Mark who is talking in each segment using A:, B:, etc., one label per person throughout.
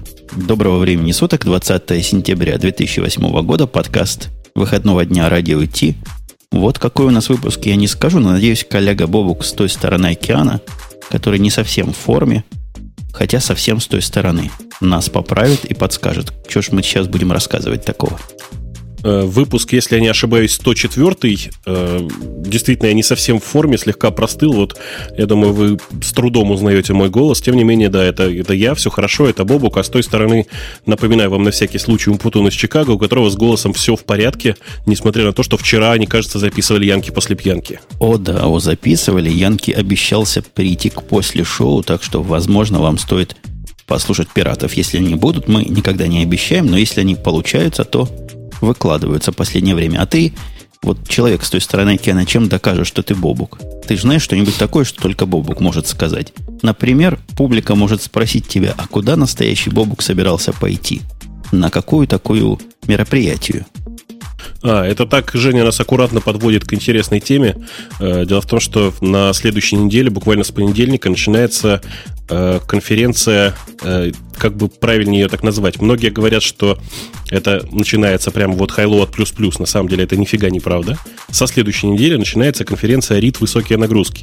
A: Доброго времени суток, 20 сентября 2008 года, подкаст выходного дня «Радио ИТ». Вот какой у нас выпуск, я не скажу, но надеюсь, коллега Бобук с той стороны океана, который не совсем в форме, хотя совсем с той стороны, нас поправит и подскажет, что ж мы сейчас будем рассказывать такого.
B: Выпуск, если я не ошибаюсь, 104-й. Действительно, я не совсем в форме, слегка простыл. Вот, я думаю, вы с трудом узнаете мой голос. Тем не менее, да, это я, все хорошо, это Бобук. А с той стороны, напоминаю вам на всякий случай, Умпутун из Чикаго, у которого с голосом все в порядке, несмотря на то, что вчера они, кажется, записывали Янки после пьянки.
A: О да, записывали. Янки обещался прийти к после шоу, так что, возможно, вам стоит послушать пиратов. Если они будут, мы никогда не обещаем, но если они получаются, то выкладываются в последнее время. А ты, вот человек с той стороны океана, чем докажешь, что ты Бобук? Ты же знаешь что-нибудь такое, что только Бобук может сказать. Например, публика может спросить тебя, а куда настоящий Бобук собирался пойти? На какую такую мероприятие?
B: Это так Женя нас аккуратно подводит к интересной теме. Дело в том, что на следующей неделе, буквально с понедельника, начинается конференция, как бы правильнее ее так назвать. Многие говорят, что это начинается прямо вот Highload плюс-плюс. На самом деле это нифига не правда. Со следующей недели начинается конференция RIT «Высокие нагрузки».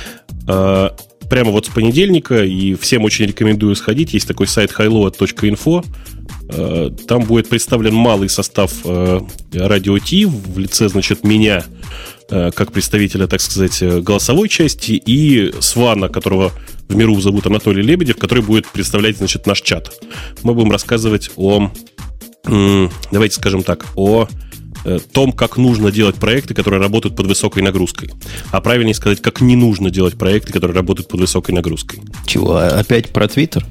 B: Прямо вот с понедельника, и всем очень рекомендую сходить. Есть такой сайт highload.info. Там будет представлен малый состав радио Ти в лице, значит, меня, как представителя, так сказать, голосовой части, и Свана, которого в миру зовут Анатолий Лебедев, который будет представлять, значит, наш чат. Мы будем рассказывать давайте скажем так, о том, как нужно делать проекты, которые работают под высокой нагрузкой. А правильнее сказать, как не нужно делать проекты, которые работают под высокой нагрузкой.
A: Чего, опять про Твиттер?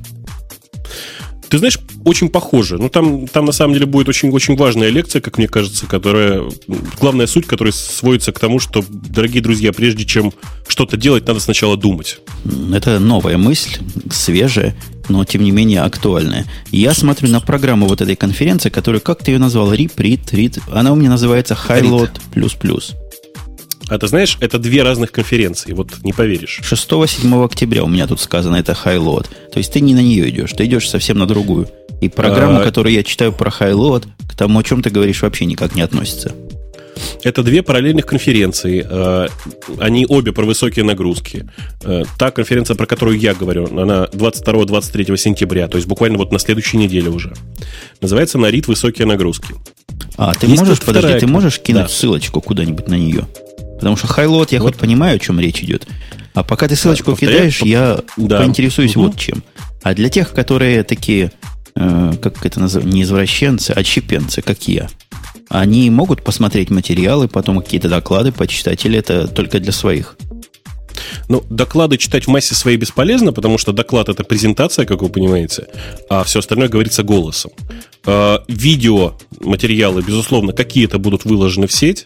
B: Ты знаешь, очень похоже. Ну, там на самом деле будет очень-очень важная лекция, как мне кажется, главная суть которой сводится к тому, что, дорогие друзья, прежде чем что-то делать, надо сначала думать.
A: Это новая мысль, свежая, но, тем не менее, актуальная. Я смотрю на программу вот этой конференции, которую, как ты ее назвал, RIT. Она у меня называется Highload плюс-плюс.
B: А ты знаешь, это две разных конференции, вот не поверишь.
A: 6-7 октября у меня тут сказано, это Highload. То есть ты не на нее идешь, ты идешь совсем на другую. И программу, которую я читаю про Highload, к тому, о чем ты говоришь, вообще никак не относится.
B: Это две параллельных конференции. Они обе про высокие нагрузки. Та конференция, про которую я говорю, она 22-23 сентября, то есть буквально вот на следующей неделе уже. Называется на RIT «Высокие нагрузки».
A: Ты можешь кинуть ссылочку куда-нибудь на нее? Потому что Highload, я хоть понимаю, о чем речь идет. А пока ты ссылочку кидаешь, я поинтересуюсь вот чем. А для тех, которые такие, как это называется, не извращенцы, а отщепенцы, как я, они могут посмотреть материалы, потом какие-то доклады почитать, или это только для своих?
B: Ну, доклады читать в массе своей бесполезно, потому что доклад — это презентация, как вы понимаете, а все остальное говорится голосом. Видео, материалы, безусловно, какие-то будут выложены в сеть,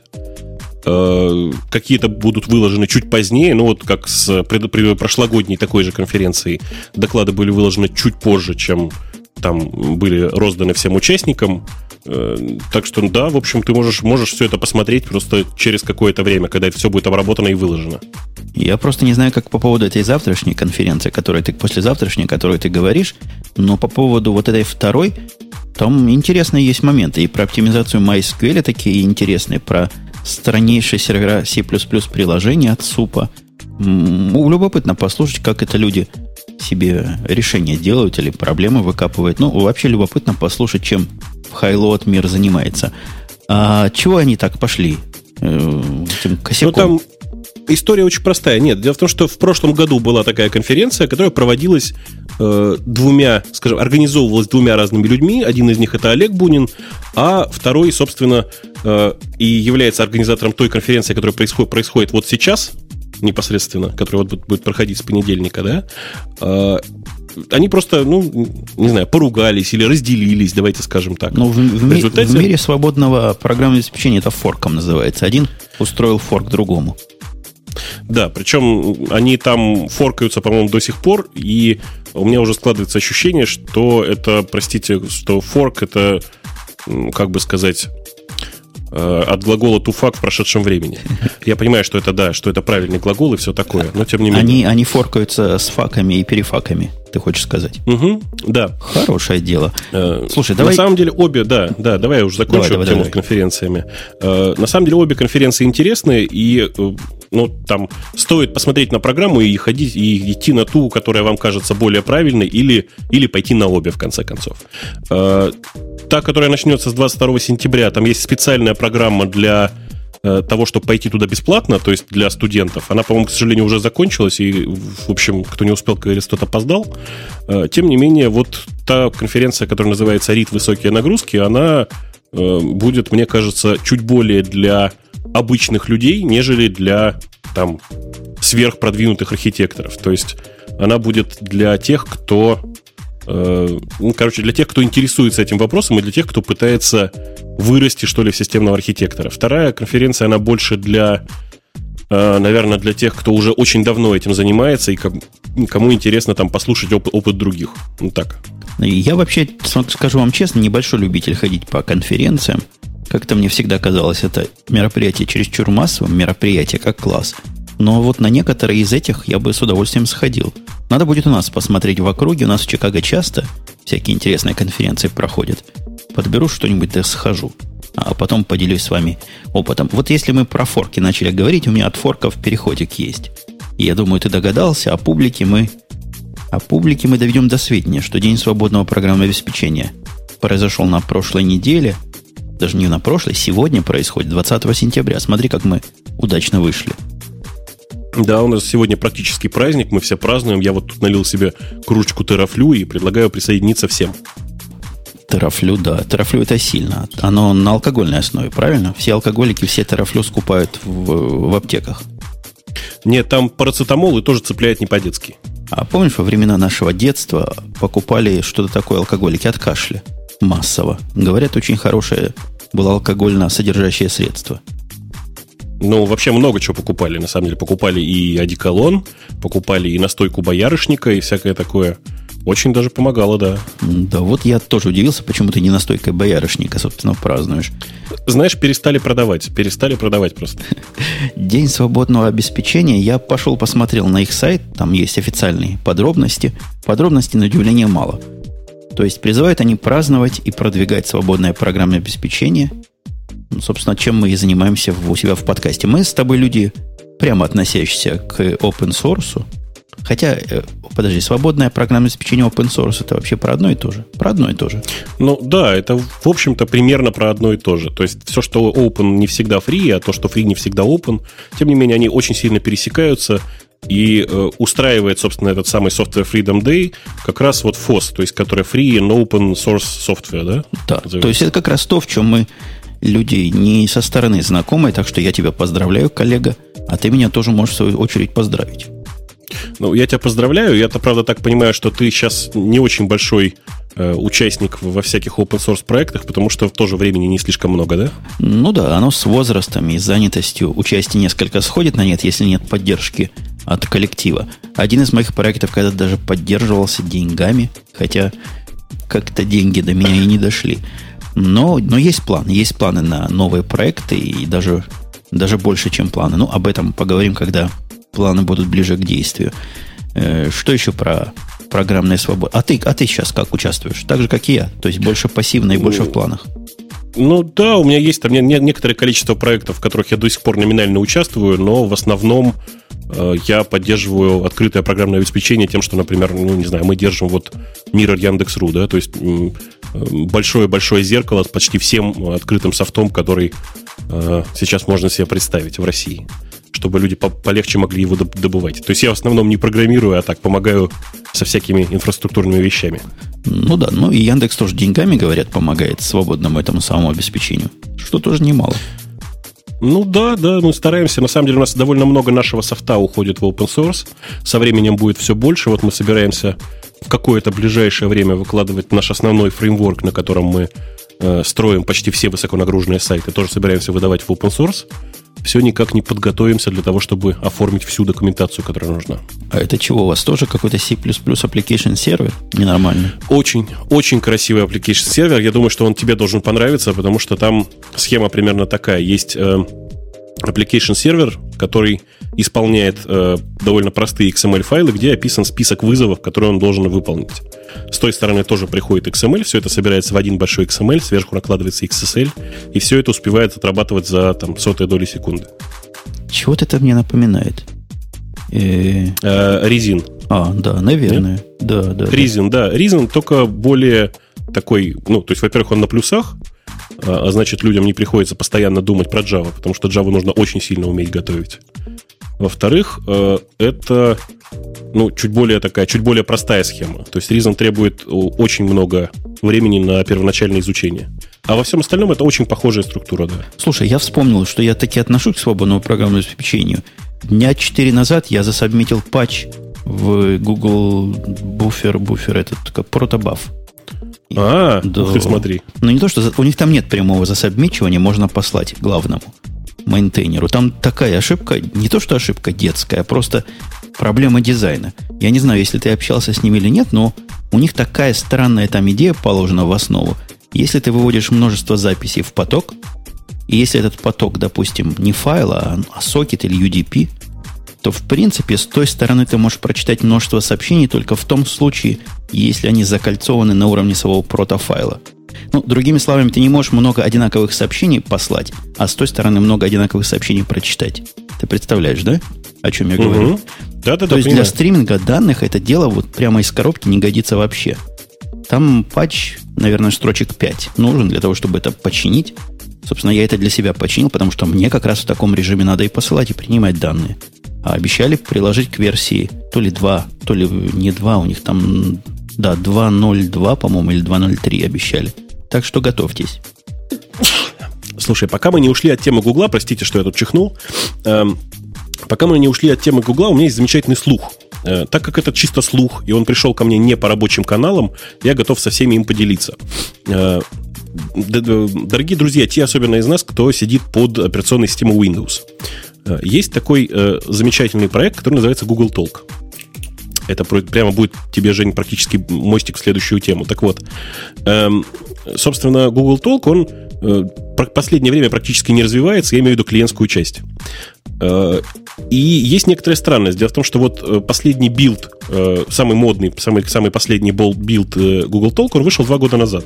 B: какие-то будут выложены чуть позднее, ну вот как с прошлогодней такой же конференции доклады были выложены чуть позже, чем там были розданы всем участникам. Так что да, в общем, ты можешь все это посмотреть просто через какое-то время, когда это все будет обработано и выложено.
A: Я просто не знаю, как по поводу этой завтрашней конференции, послезавтрашней, о которой ты говоришь, но по поводу вот этой второй, там интересные есть моменты. И про оптимизацию MySQL такие интересные, про страннейшие сервера C++ приложения от супа. Любопытно послушать, как это люди себе решения делают или проблемы выкапывают. Ну, вообще любопытно послушать, чем в Highload мир занимается. А чего они так пошли этим косяком?
B: Ну, там история очень простая. Нет, дело в том, что в прошлом году была такая конференция, которая проводилась организовывалась двумя разными людьми. Один из них — это Олег Бунин, а второй, собственно, и является организатором той конференции, которая происходит вот сейчас, непосредственно, которая вот будет проходить с понедельника, да. Они просто, не знаю, поругались или разделились, давайте скажем так.
A: Ну, в мире свободного программного обеспечения это форком называется. Один устроил форк другому.
B: Да, причем они там форкаются, по-моему, до сих пор, и у меня уже складывается ощущение, что это, что форк — это, как бы сказать, от глагола to fuck в прошедшем времени. Я понимаю, что это правильный глагол и все такое, но тем не менее.
A: Они форкаются с факами и перефаками. ты хочешь сказать?
B: Да.
A: Хорошее дело. Слушай, давай...
B: На самом деле обе, давай я уже закончу тему с конференциями. На самом деле обе конференции интересные, и там стоит посмотреть на программу и ходить, и идти на ту, которая вам кажется более правильной, или пойти на обе, в конце концов. Та, которая начнется с 22 сентября, там есть специальная программа для того, чтобы пойти туда бесплатно, то есть для студентов. Она, по-моему, к сожалению, уже закончилась, и, в общем, кто не успел, как говорится, тот опоздал. Тем не менее, вот та конференция, которая называется «RIT. Высокие нагрузки», она будет, мне кажется, чуть более для обычных людей, нежели для сверхпродвинутых архитекторов. То есть она будет для тех, кто... для тех, кто интересуется этим вопросом, и для тех, кто пытается вырасти, что ли, в системного архитектора. Вторая конференция, она больше наверное, для тех, кто уже очень давно этим занимается и кому интересно послушать опыт других. Так.
A: Я вообще, скажу вам честно, небольшой любитель ходить по конференциям. Как-то мне всегда казалось, это мероприятие чересчур массовым, мероприятие как класс. Но вот на некоторые из этих я бы с удовольствием сходил. Надо будет у нас посмотреть в округе. У нас в Чикаго часто всякие интересные конференции проходят. Подберу что-нибудь, да схожу. А потом поделюсь с вами опытом. Вот если мы про форки начали говорить, у меня от форков переходик есть. И я думаю, ты догадался, о публике мы доведем до сведения, что День свободного программного обеспечения произошел на прошлой неделе. Даже не на прошлой, сегодня происходит, 20 сентября. Смотри, как мы удачно вышли.
B: Да, у нас сегодня практически праздник, мы все празднуем. Я вот тут налил себе кружечку терафлю и предлагаю присоединиться всем.
A: Терафлю, да. Терафлю это сильно. Оно на алкогольной основе, правильно? Все алкоголики, все терафлю скупают в аптеках.
B: Нет, там парацетамол и тоже цепляет не по-детски.
A: А помнишь, во времена нашего детства покупали что-то такое алкоголики от кашля? Массово. Говорят, очень хорошее было алкогольно содержащее средство.
B: Вообще много чего покупали. На самом деле покупали и одеколон, покупали и настойку боярышника, и всякое такое. Очень даже помогало, да.
A: Да, вот я тоже удивился, почему ты не настойкой боярышника, собственно, празднуешь.
B: Знаешь, перестали продавать просто.
A: День свободного обеспечения. Я пошел посмотрел на их сайт, там есть официальные подробности. Подробностей, на удивление, мало. То есть призывают они праздновать и продвигать свободное программное обеспечение. Собственно, чем мы и занимаемся у себя в подкасте. Мы с тобой люди, прямо относящиеся к open source. Хотя, подожди, свободное программное обеспечение open source это вообще про одно и то же. Про одно и то же.
B: Да, это, в общем-то, примерно про одно и то же. То есть все, что open, не всегда free, а то, что free, не всегда open. Тем не менее, они очень сильно пересекаются. И устраивает, собственно, этот самый Software Freedom Day как раз вот FOSS, то есть который Free and Open Source Software, да?
A: Да, то есть это как раз то, в чем мы люди не со стороны знакомые, так что я тебя поздравляю, коллега, а ты меня тоже можешь в свою очередь поздравить.
B: Я тебя поздравляю, я-то, правда, так понимаю, что ты сейчас не очень большой участник во всяких open-source проектах, потому что тоже времени не слишком много, да?
A: Да, оно с возрастом и занятостью участие несколько сходит на нет, если нет поддержки от коллектива. Один из моих проектов когда-то даже поддерживался деньгами, хотя как-то деньги до меня и не дошли. Но есть планы на новые проекты, и даже больше, чем планы. Об этом поговорим, когда планы будут ближе к действию. Что еще про программные свободы? А ты сейчас как участвуешь? Так же, как и я. То есть больше пассивно и больше в планах.
B: Да, у меня есть там некоторое количество проектов, в которых я до сих пор номинально участвую, но в основном я поддерживаю открытое программное обеспечение тем, что, например, мы держим Mirror Яндекс.ру, да, то есть большое-большое зеркало с почти всем открытым софтом, который сейчас можно себе представить в России, чтобы люди полегче могли его добывать. То есть я в основном не программирую, а так помогаю со всякими инфраструктурными вещами.
A: Да, и Яндекс тоже деньгами, говорят, помогает свободному этому самому обеспечению, что тоже немало.
B: Да, мы стараемся. На самом деле у нас довольно много нашего софта уходит в open source. Со временем будет все больше. Мы собираемся в какое-то ближайшее время выкладывать наш основной фреймворк, на котором мы строим почти все высоконагруженные сайты. Тоже собираемся выдавать в open source. Все никак не подготовимся для того, чтобы оформить всю документацию, которая нужна. А
A: это чего? У вас тоже какой-то C++ application сервер? Ненормальный.
B: Очень, очень красивый application сервер. Я думаю, что он тебе должен понравиться, потому что там схема примерно такая. Есть application сервер, который исполняет довольно простые XML-файлы, где описан список вызовов, которые он должен выполнить. С той стороны тоже приходит XML, все это собирается в один большой XML, сверху накладывается XSL, и все это успевает отрабатывать за там, сотые доли секунды.
A: Чего-то это мне напоминает.
B: Reason.
A: Да, наверное. Нет? Да.
B: Reason, да. Reason только более такой, то есть, во-первых, он на плюсах, а значит, людям не приходится постоянно думать про Java, потому что Java нужно очень сильно уметь готовить. Во-вторых, это чуть более простая схема. То есть Reason требует очень много времени на первоначальное изучение. А во всем остальном это очень похожая структура, да.
A: Слушай, я вспомнил, что я таки отношусь к свободному программному обеспечению. Дня 4 назад я засабмитил патч в Google буфер этот, как протобаф.
B: Да. Ты смотри.
A: Не то, что у них там нет прямого засабмичивания, можно послать главному мейнтейнеру. Там такая ошибка, не то, что ошибка детская, а просто проблема дизайна. Я не знаю, если ты общался с ними или нет, но у них такая странная там идея положена в основу. Если ты выводишь множество записей в поток, и если этот поток, допустим, не файл, а сокет или UDP, то, в принципе, с той стороны ты можешь прочитать множество сообщений только в том случае, если они закольцованы на уровне своего протофайла. Другими словами, ты не можешь много одинаковых сообщений послать, а с той стороны много одинаковых сообщений прочитать. Ты представляешь, да, о чем я говорю?
B: Да,
A: то есть для стриминга данных это дело вот прямо из коробки не годится вообще. Там патч, наверное, строчек 5 нужен для того, чтобы это починить. Собственно, я это для себя починил, потому что мне как раз в таком режиме надо и посылать, и принимать данные. А обещали приложить к версии то ли 2, то ли не 2, у них там, 2.0.2, по-моему, или 2.0.3 обещали. Так что готовьтесь.
B: Слушай, пока мы не ушли от темы Гугла, простите, что я тут чихнул, пока мы не ушли от темы Гугла, у меня есть замечательный слух. Так как это чисто слух, и он пришел ко мне не по рабочим каналам, я готов со всеми им поделиться. Дорогие друзья, те особенно из нас, кто сидит под операционной системой Windows, есть такой замечательный проект, который называется Google Talk. Это прямо будет тебе, Жень, практически мостик в следующую тему. Так вот, собственно, Google Talk, он в последнее время практически не развивается, я имею в виду клиентскую часть. И есть некоторая странность. Дело в том, что вот последний билд, самый модный, самый последний билд Google Talk, он вышел 2 года назад.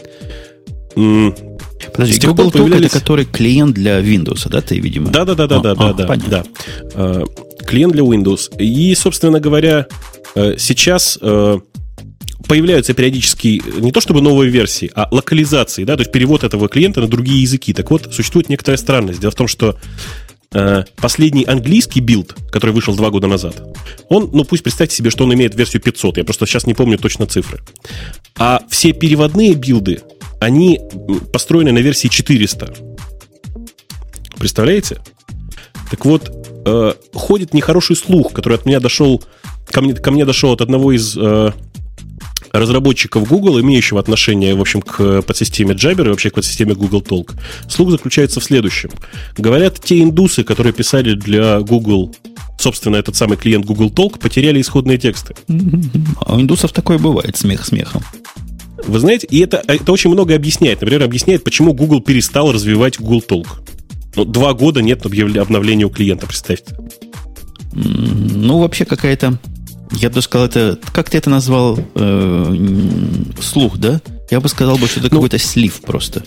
A: Подожди, Google Talk это который клиент для Windows, да, ты, видимо?
B: Да. Понятно. Клиент для Windows. И, собственно говоря, сейчас появляются периодически не то чтобы новые версии, а локализации, да, то есть перевод этого клиента на другие языки. Так вот, существует некоторая странность. Дело в том, что последний английский билд, который вышел 2 года назад, он, пусть представьте себе, что он имеет версию 500, я просто сейчас не помню точно цифры. А все переводные билды, они построены на версии 400. Представляете? Так вот, ходит нехороший слух, который от меня дошел, ко мне дошел от одного из разработчиков Google, имеющего отношение, в общем, к подсистеме Jabber и вообще к подсистеме Google Talk. Слух заключается в следующем. Говорят, те индусы, которые писали для Google, собственно, этот самый клиент Google Talk, потеряли исходные тексты.
A: А у индусов такое бывает, смех смехом.
B: Вы знаете, и это очень много объясняет. Например, объясняет, почему Google перестал развивать Google Talk. 2 года нет обновления у клиента, представьте.
A: Вообще какая-то... Я бы сказал, это... Как ты это назвал? Слух, да? Я бы сказал, что это какой-то слив просто.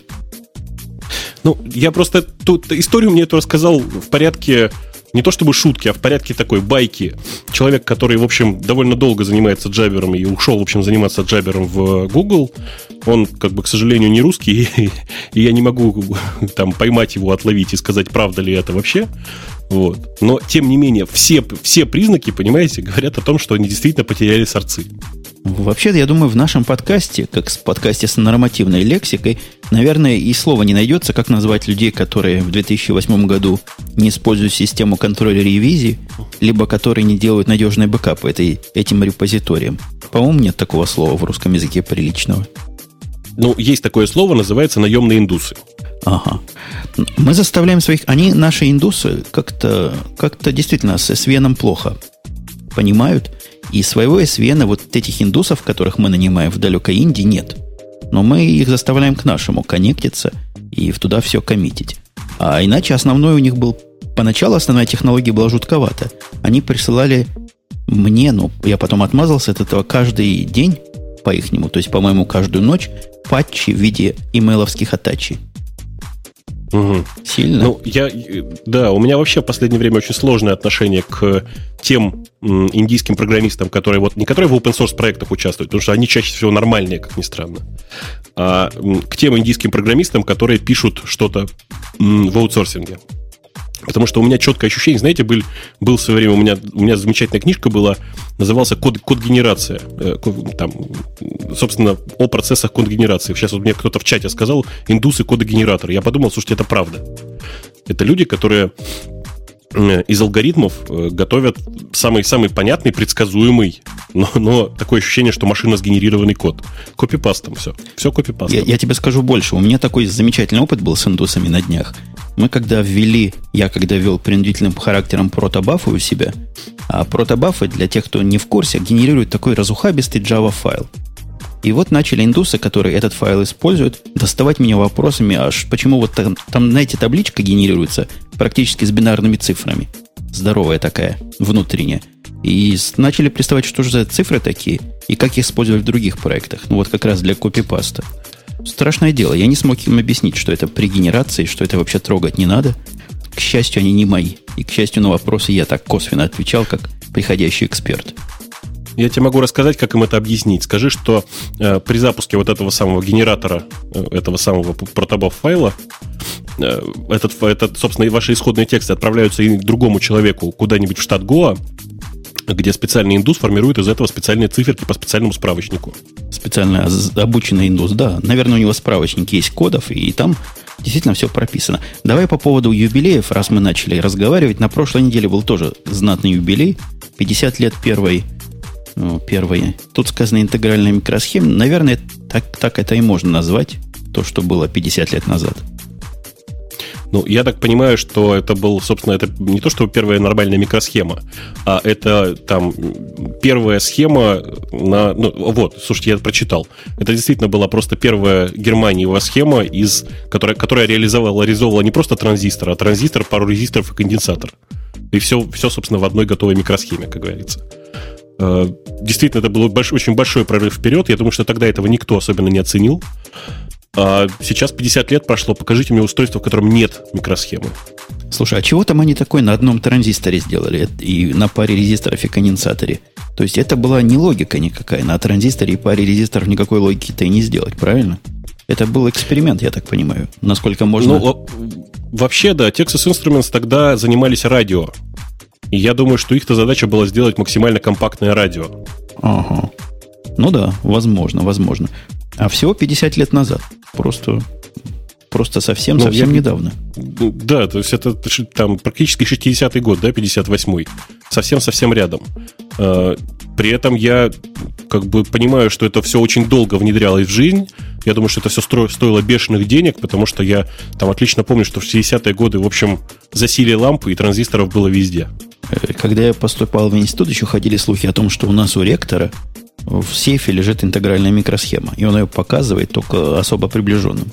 B: Я просто... Тут историю мне эту рассказал в порядке... Не то чтобы шутки, а в порядке такой байки. Человек, который, в общем, довольно долго занимается джабером и ушел, в общем, заниматься джабером в Google, он, к сожалению, не русский, и я не могу там поймать его, отловить и сказать, правда ли это вообще. Вот. Но, тем не менее, все признаки, понимаете, говорят о том, что они действительно потеряли сорцы.
A: Вообще-то, я думаю, в нашем подкасте, как в подкасте с нормативной лексикой, наверное, и слова не найдется, как назвать людей, которые в 2008 году не используют систему контроля ревизии, либо которые не делают надежные бэкапы этим репозиториям. По-моему, нет такого слова в русском языке приличного.
B: Есть такое слово, называется наемные индусы.
A: Ага. Мы заставляем своих... Они, наши индусы, как-то действительно с SVN плохо понимают. И своего SVN, вот этих индусов, которых мы нанимаем в далекой Индии, нет. Но мы их заставляем к нашему коннектиться и туда все коммитить. А иначе основной у них был поначалу основная технология была жутковата. Они присылали мне, я потом отмазался от этого каждый день по-ихнему, то есть, по-моему, каждую ночь патчи в виде имейловских атачей.
B: Угу.
A: Сильно?
B: У меня вообще в последнее время очень сложное отношение к тем индийским программистам, которые не которые в open source проектах участвуют, потому что они чаще всего нормальные, как ни странно, а к тем индийским программистам, которые пишут что-то в аутсорсинге. Потому что у меня четкое ощущение, знаете, был в свое время, у меня замечательная книжка была, назывался «Код-генерация». Там, собственно, о процессах код-генерации. Сейчас вот мне кто-то в чате сказал «индусы-кодогенераторы». Я подумал, слушайте, это правда. Это люди, которые из алгоритмов готовят самый понятный, предсказуемый, но такое ощущение, что машина сгенерированный код. Копипастом все. Все копипастом.
A: Я тебе скажу больше. У меня такой замечательный опыт был с индусами на днях. Я когда ввел принудительным характером протобафы у себя, а протобафы, для тех, кто не в курсе, генерируют такой разухабистый Java-файл. И вот начали индусы, которые этот файл используют, доставать меня вопросами, почему вот там, знаете, табличка генерируется практически с бинарными цифрами. Здоровая такая, внутренняя. И начали приставать, что же за цифры такие, и как их использовать в других проектах. Вот как раз для копипаста. Страшное дело. Я не смог им объяснить, что это при генерации, что это вообще трогать не надо. К счастью, они не мои. И, к счастью, на вопросы я так косвенно отвечал, как приходящий эксперт.
B: Я тебе могу рассказать, как им это объяснить. Скажи, что при запуске вот этого самого генератора, этого самого протобаф-файла, собственно, ваши исходные тексты отправляются и к другому человеку куда-нибудь в штат Гоа, где специальный индус формирует из этого специальные циферки по специальному справочнику.
A: Специально обученный индус, да. Наверное, у него справочник есть кодов, и там действительно все прописано. Давай по поводу юбилеев, раз мы начали разговаривать. На прошлой неделе был тоже знатный юбилей. 50 лет первой. Тут сказано интегральная микросхема. Наверное, так это и можно назвать. То, что было 50 лет назад.
B: Я так понимаю, что это был, собственно, это не то, что первая нормальная микросхема, а это там первая схема на... слушайте, я прочитал. Это действительно была просто первая германиевая схема, которая реализовывала не просто транзистор, а транзистор, пару резисторов и конденсатор. И все, собственно, в одной готовой микросхеме, как говорится. Действительно, это был очень большой прорыв вперед. Я думаю, что тогда этого никто особенно не оценил. А сейчас 50 лет прошло. Покажите мне устройство, в котором нет микросхемы.
A: Слушай, а чего там они такое на одном транзисторе сделали и на паре резисторов и конденсаторе? То есть это была не логика никакая. На транзисторе и паре резисторов никакой логики-то и не сделать, правильно? Это был эксперимент, я так понимаю. Насколько можно...
B: Вообще, да. Texas Instruments тогда занимались радио. И я думаю, что их-то задача была сделать максимально компактное радио.
A: Ага. Ну да, возможно. А всего 50 лет назад. Просто совсем недавно.
B: Да, то есть это там практически 60-й год, да, 58-й. Совсем рядом. При этом я как бы понимаю, что это все очень долго внедрялось в жизнь. Я думаю, что это все стоило бешеных денег, потому что я там отлично помню, что в 60-е годы, в общем, засилие лампы и транзисторов было везде.
A: Когда я поступал в институт, еще ходили слухи о том, что у нас у ректора в сейфе лежит интегральная микросхема, и он ее показывает только особо приближенным.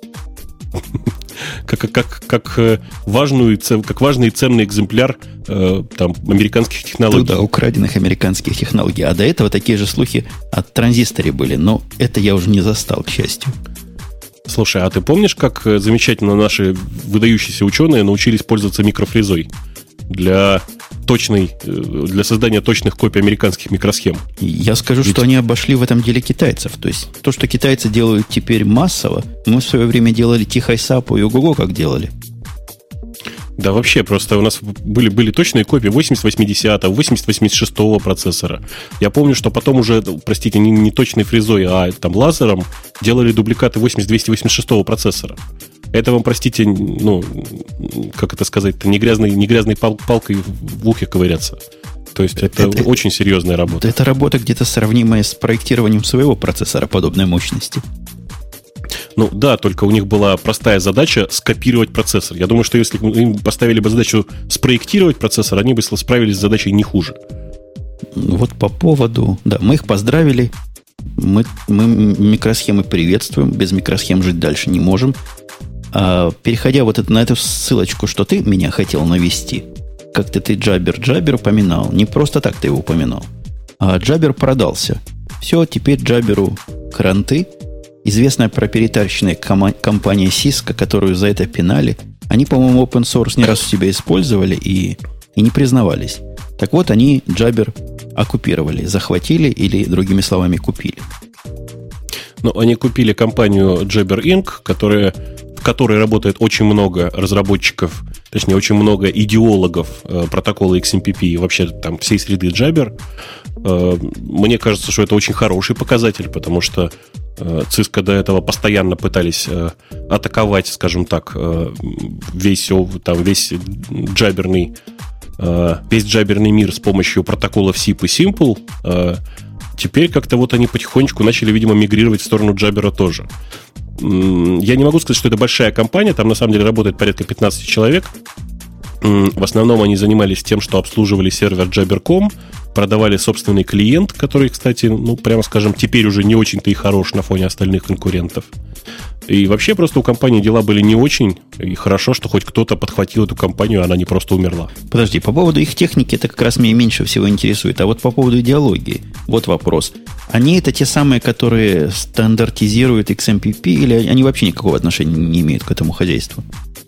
B: Как важный и ценный экземпляр американских технологий.
A: Да, украденных американских технологий. А до этого такие же слухи о транзисторе были, но это я уже не застал, к счастью.
B: Слушай, а ты помнишь, как замечательно наши выдающиеся ученые научились пользоваться микрофрезой для создания точных копий американских микросхем?
A: Я скажу, что они обошли в этом деле китайцев. То есть то, что китайцы делают теперь массово, мы в свое время делали тихой сапу и ого-го как делали.
B: Да вообще, просто у нас были точные копии 8080-го, 8086-го процессора. Я помню, что потом уже, простите, не точной фрезой, а там лазером делали дубликаты 8286-го процессора. Это вам, простите, как это сказать-то, не грязной палкой в ухе ковыряться. То есть это очень серьезная работа.
A: Это работа где-то сравнимая с проектированием своего процессора подобной мощности.
B: Да, только у них была простая задача скопировать процессор. Я думаю, что если им поставили бы задачу спроектировать процессор, они бы справились с задачей не хуже.
A: Вот по поводу... Да, мы их поздравили. Мы микросхемы приветствуем. Без микросхем жить дальше не можем. Переходя на эту ссылочку, что ты меня хотел навести, как-то ты Jabber упоминал. Не просто так ты его упоминал. А Jabber продался. Все, теперь Jabber'у кранты. Известная проприетарщина компания Cisco, которую за это пинали, они, по-моему, open source не раз у себя использовали и не признавались. Так вот, они Jabber оккупировали, захватили или, другими словами, купили.
B: Ну, они купили компанию Jabber Inc., в которой работает очень много разработчиков, точнее, очень много идеологов протокола XMPP и вообще там всей среды Jabber. Мне кажется, что это очень хороший показатель, потому что Cisco до этого постоянно пытались атаковать, скажем так, весь джаберный мир с помощью протоколов SIP и Simple. Теперь как-то вот они потихонечку начали, видимо, мигрировать в сторону Jabber тоже. Я не могу сказать, что это большая компания, там на самом деле работает порядка 15 человек. В основном они занимались тем, что обслуживали сервер Jabber.com, продавали собственный клиент, который, кстати, прямо скажем, теперь уже не очень-то и хорош на фоне остальных конкурентов. И вообще просто у компании дела были не очень, и хорошо, что хоть кто-то подхватил эту компанию, она не просто умерла.
A: Подожди, по поводу их техники это как раз меня меньше всего интересует, а вот по поводу идеологии, вот вопрос. Они это те самые, которые стандартизируют XMPP, или они вообще никакого отношения не имеют к этому хозяйству?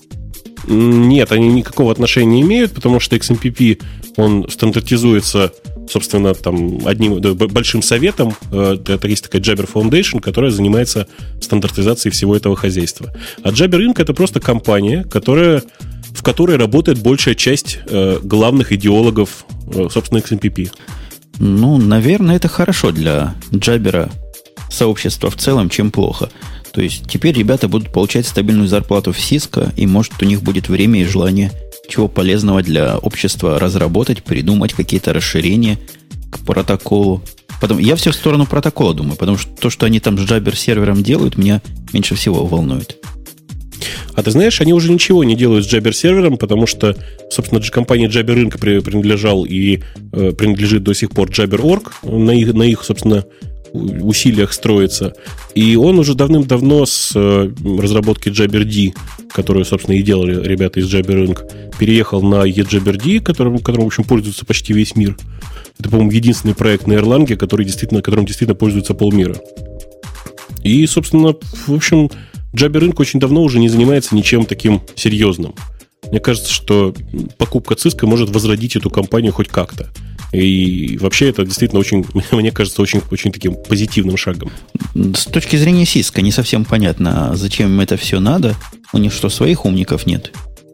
B: Нет, они никакого отношения не имеют, потому что XMPP, он стандартизуется, собственно, там одним большим советом. Это есть такая Jabber Foundation, которая занимается стандартизацией всего этого хозяйства. А Jabber Inc. это просто компания, в которой работает большая часть главных идеологов, собственно, XMPP. Ну,
A: наверное, это хорошо для Jabber сообщества в целом, чем плохо. То есть теперь ребята будут получать стабильную зарплату в Cisco, и может у них будет время и желание чего полезного для общества разработать, придумать какие-то расширения к протоколу. Я все в сторону протокола думаю, потому что то, что они там с Jabber сервером делают, меня меньше всего волнует.
B: А ты знаешь, они уже ничего не делают с Jabber сервером, потому что, собственно, компания Jabber Inc. принадлежал и принадлежит до сих пор Jabber.org, на их, собственно, усилиях строится. И он уже давным-давно с разработки JabberD, которую, собственно, и делали ребята из Jabber Inc., переехал на eJabberD, которым, в общем, пользуется почти весь мир. Это, по-моему, единственный проект на Erlang, которым действительно пользуется полмира. И, собственно, в общем, Jabber Inc. очень давно уже не занимается ничем таким серьезным. Мне кажется, что покупка Cisco может возродить эту компанию хоть как-то. И вообще это действительно очень, мне кажется, очень, очень таким позитивным шагом.
A: С точки зрения Cisco не совсем понятно, зачем им это все надо. У них что, своих умников нет?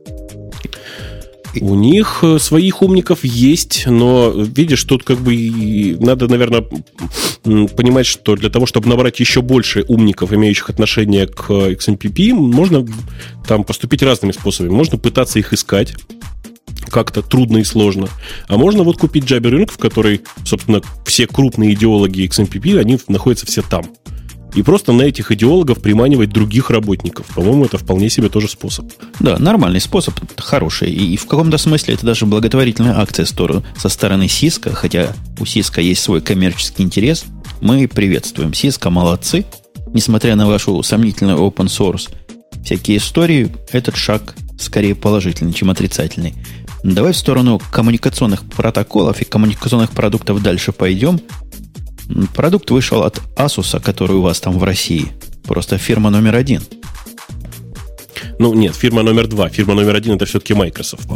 B: У них своих умников есть, но, видишь, тут как бы надо, наверное, понимать, что для того, чтобы набрать еще больше умников, имеющих отношение к XMPP, можно там поступить разными способами. Можно пытаться их искать, как-то трудно и сложно. А можно вот купить Jabber Inc., в которой, собственно, все крупные идеологи XMPP, они находятся все там. И просто на этих идеологов приманивать других работников. По-моему, это вполне себе тоже способ.
A: Да, нормальный способ, хороший. И в каком-то смысле это даже благотворительная акция со стороны Cisco, хотя у Cisco есть свой коммерческий интерес. Мы приветствуем. Cisco молодцы. Несмотря на вашу сомнительную open source всякие истории, этот шаг скорее положительный, чем отрицательный. Давай в сторону коммуникационных протоколов и коммуникационных продуктов дальше пойдем. Продукт вышел от Asus, который у вас там в России. Просто фирма номер 1.
B: Ну, нет, фирма номер 2. Фирма номер 1 это все-таки Microsoft.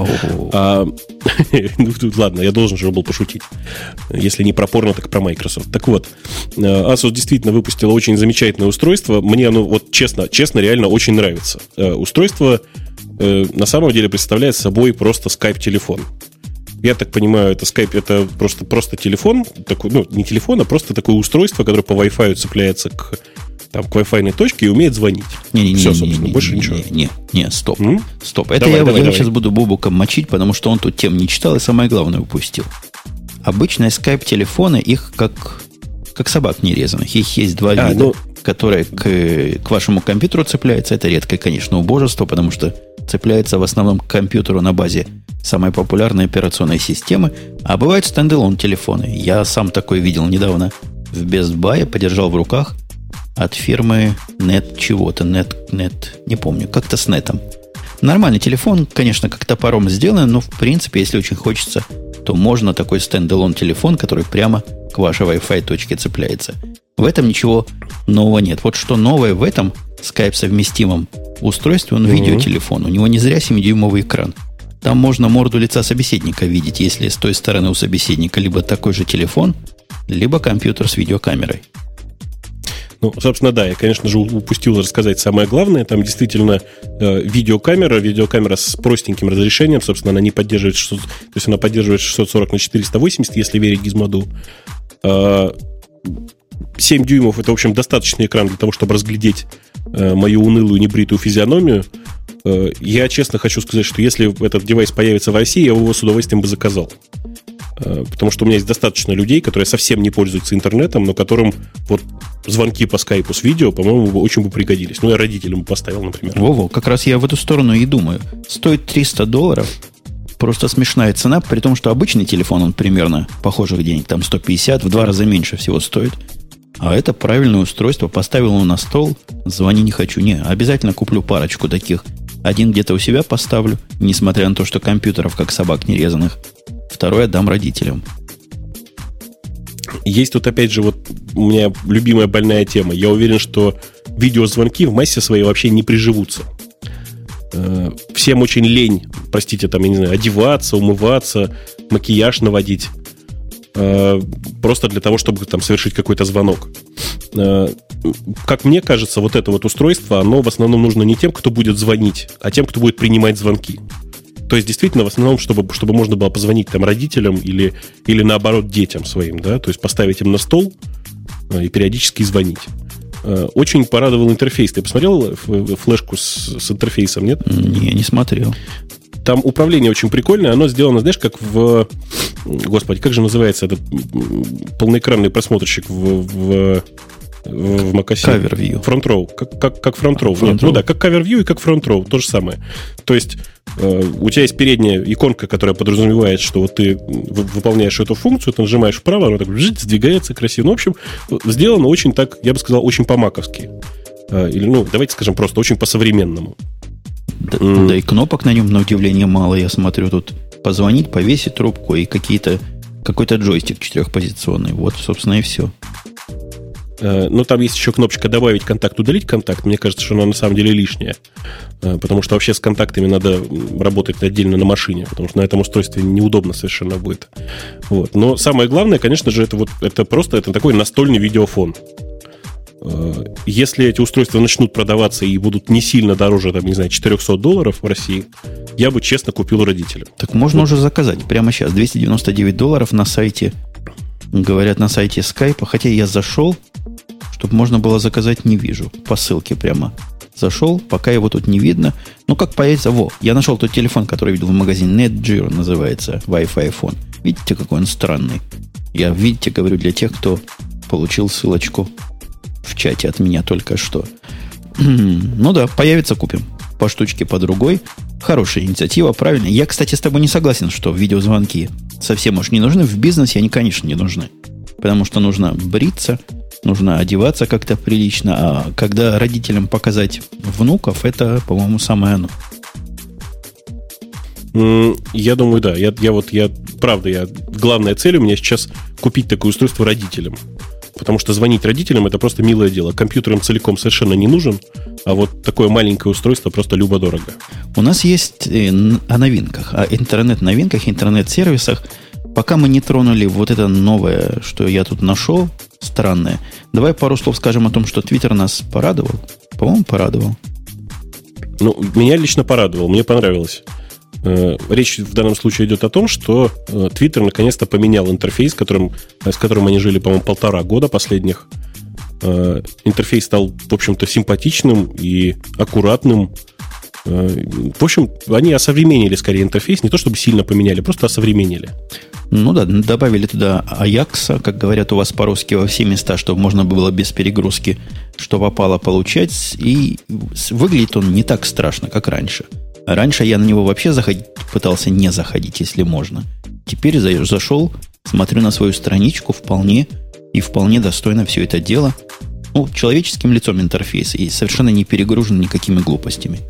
B: Ладно, я должен же был пошутить. Если не про порно, так про Microsoft. Так вот, Asus действительно выпустила очень замечательное устройство. Мне оно, вот честно, реально очень нравится. Устройство на самом деле представляет собой просто Skype-телефон. Я так понимаю, это Skype, это просто телефон, такой, не телефон, а просто такое устройство, которое по Wi-Fi цепляется к Wi-Fi точке и умеет звонить. Все, собственно, больше ничего.
A: Стоп. Это я сейчас буду Бубуком мочить, потому что он тут тем не читал и самое главное упустил. Обычные Skype-телефоны, их как собак нерезанных. Их есть два вида, которые к вашему компьютеру цепляются. Это редкое, конечно, убожество, потому что цепляется в основном к компьютеру на базе самой популярной операционной системы. А бывают стендалон телефоны. Я сам такой видел недавно в Best Buy, подержал в руках. от фирмы Net чего-то, Net, не помню, как-то с нетом. Нормальный телефон, конечно, как топором сделан, но в принципе, если очень хочется, то можно такой стендалон телефон, который прямо к вашей Wi-Fi точке цепляется. В этом ничего нового нет. Вот что новое в этом Skype совместимом устройстве, он видеотелефон. У него не зря 7-дюймовый экран. Там можно морду лица собеседника видеть, если с той стороны у собеседника либо такой же телефон, либо компьютер с видеокамерой.
B: Ну, собственно, да, я, конечно же, упустил рассказать самое главное. Там действительно видеокамера с простеньким разрешением. Собственно, она не поддерживает 600, то есть она поддерживает 640 на 480, если верить Gizmodo. 7 дюймов – это, в общем, достаточный экран для того, чтобы разглядеть мою унылую небритую физиономию. Я честно хочу сказать, что если этот девайс появится в России, я его с удовольствием бы заказал. Потому что у меня есть достаточно людей, которые совсем не пользуются интернетом, но которым вот звонки по скайпу с видео, по-моему, очень бы пригодились. Ну, я родителям бы поставил, например.
A: Во-во, как раз я в эту сторону и думаю. Стоит $300, просто смешная цена, при том, что обычный телефон, он примерно похожих денег, там 150, в 2 раза меньше всего стоит. А это правильное устройство, поставил его на стол, звони не хочу. Не, обязательно куплю парочку таких. Один где-то у себя поставлю, несмотря на то, что компьютеров, как собак нерезанных. Второй отдам родителям.
B: Есть тут, опять же, вот у меня любимая больная тема. Я уверен, что видеозвонки в массе своей вообще не приживутся. Всем очень лень, простите, там, я не знаю, одеваться, умываться, макияж наводить. Просто для того, чтобы там совершить какой-то звонок. Как мне кажется, вот это вот устройство, оно в основном нужно не тем, кто будет звонить, а тем, кто будет принимать звонки. То есть, действительно, в основном, чтобы можно было позвонить там родителям или наоборот, детям своим, да, то есть поставить им на стол и периодически звонить. Очень порадовал интерфейс. Ты посмотрел флешку с интерфейсом, нет?
A: Не смотрел.
B: Там управление очень прикольное. Оно сделано, знаешь, как в... Господи, как же называется этот полноэкранный просмотрщик в macOS?
A: Cover View.
B: Front Row. Как Front Row. Нет, ну да, как Cover View и как Front Row. То же самое. То есть у тебя есть передняя иконка, которая подразумевает, что вот ты выполняешь эту функцию, ты нажимаешь вправо, она так сдвигается красиво. Ну, в общем, сделано очень так, я бы сказал, очень по-маковски. Или, ну, давайте скажем просто, очень по-современному.
A: Да и кнопок на нем, на удивление, мало. Я смотрю, тут позвонить, повесить трубку и какой-то джойстик 4-позиционный. Вот, собственно, и все.
B: Но там есть еще кнопочка «Добавить контакт», «Удалить контакт». Мне кажется, что она на самом деле лишняя. Потому что вообще с контактами надо работать отдельно на машине, потому что на этом устройстве неудобно совершенно будет. Вот. Но самое главное, конечно же, это просто такой настольный видеофон. Если эти устройства начнут продаваться и будут не сильно дороже, там, не знаю, $400 в России, я бы честно купил родителям.
A: Так можно уже заказать прямо сейчас. $299 на сайте, говорят, на сайте Skype. Хотя я зашел, чтобы можно было заказать, не вижу. По ссылке прямо зашел, пока его тут не видно. Ну, как появится... я нашел тот телефон, который видел в магазине. Netgear называется, Wi-Fi iPhone. Видите, какой он странный? Я, видите, говорю для тех, кто получил ссылочку в чате от меня только что. Ну да, появится, купим. По штучке, по другой. Хорошая инициатива, правильно. Я, кстати, с тобой не согласен, что видеозвонки совсем уж не нужны. В бизнесе они, конечно, не нужны. Потому что нужно бриться, нужно одеваться как-то прилично. А когда родителям показать внуков, это, по-моему, самое оно.
B: Я думаю, да. Главная цель у меня сейчас купить такое устройство родителям. Потому что звонить родителям – это просто милое дело. Компьютер им целиком совершенно не нужен, а вот такое маленькое устройство просто любо-дорого.
A: У нас есть о новинках, о интернет-новинках, интернет-сервисах. Пока мы не тронули вот это новое, что я тут нашел, странное, давай пару слов скажем о том, что Twitter нас порадовал. По-моему, порадовал.
B: Ну, меня лично порадовал, мне понравилось. Речь в данном случае идет о том, что Twitter наконец-то поменял интерфейс, с которым они жили, по-моему, 1,5 года последних. Интерфейс стал, в общем-то, симпатичным и аккуратным. В общем, они осовременили скорее интерфейс, не то чтобы сильно поменяли, просто осовременили.
A: Ну да, добавили туда Аякса, как говорят у вас по-русски, во все места, чтобы можно было без перегрузки, что попало, получать. И выглядит он не так страшно, как раньше. Раньше я на него вообще пытался не заходить, если можно. Теперь зашел, смотрю на свою страничку, вполне достойно все это дело. человеческим лицом интерфейс и совершенно не перегружен никакими глупостями.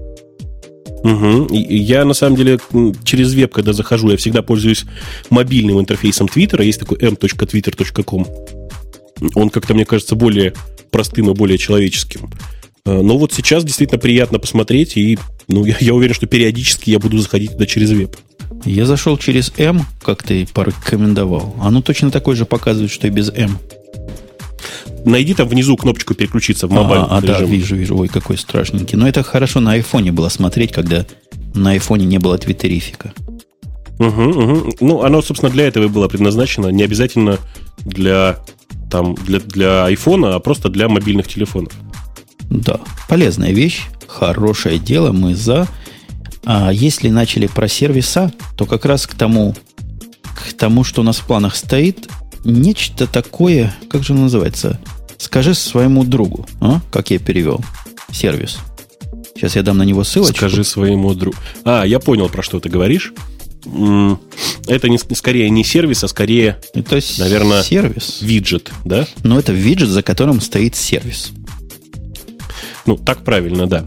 B: Угу. Я, на самом деле, через веб, когда захожу, я всегда пользуюсь мобильным интерфейсом Твиттера. Есть такой m.twitter.com. Он как-то, мне кажется, более простым и более человеческим. Но вот сейчас действительно приятно посмотреть, и я уверен, что периодически я буду заходить туда через веб.
A: Я зашел через M, как ты порекомендовал. Оно точно такое же показывает, что и без M.
B: Найди там внизу кнопочку переключиться в мобильный режим.
A: Да, вижу. Ой, какой страшненький. Но это хорошо на айфоне было смотреть, когда на айфоне не было твиттерифика.
B: Угу. Оно, собственно, для этого и было предназначено. Не обязательно для айфона, а просто для мобильных телефонов.
A: Да, полезная вещь, хорошее дело, мы за. А если начали про сервиса, то как раз к тому, что у нас в планах стоит, нечто такое, как же оно называется? Скажи своему другу, как я перевел сервис. Сейчас я дам на него ссылочку.
B: Скажи своему другу. Я понял, про что ты говоришь. Это скорее не сервис, а скорее, это, наверное,
A: сервис.
B: Виджет, да?
A: Но это виджет, за которым стоит сервис.
B: Так правильно, да.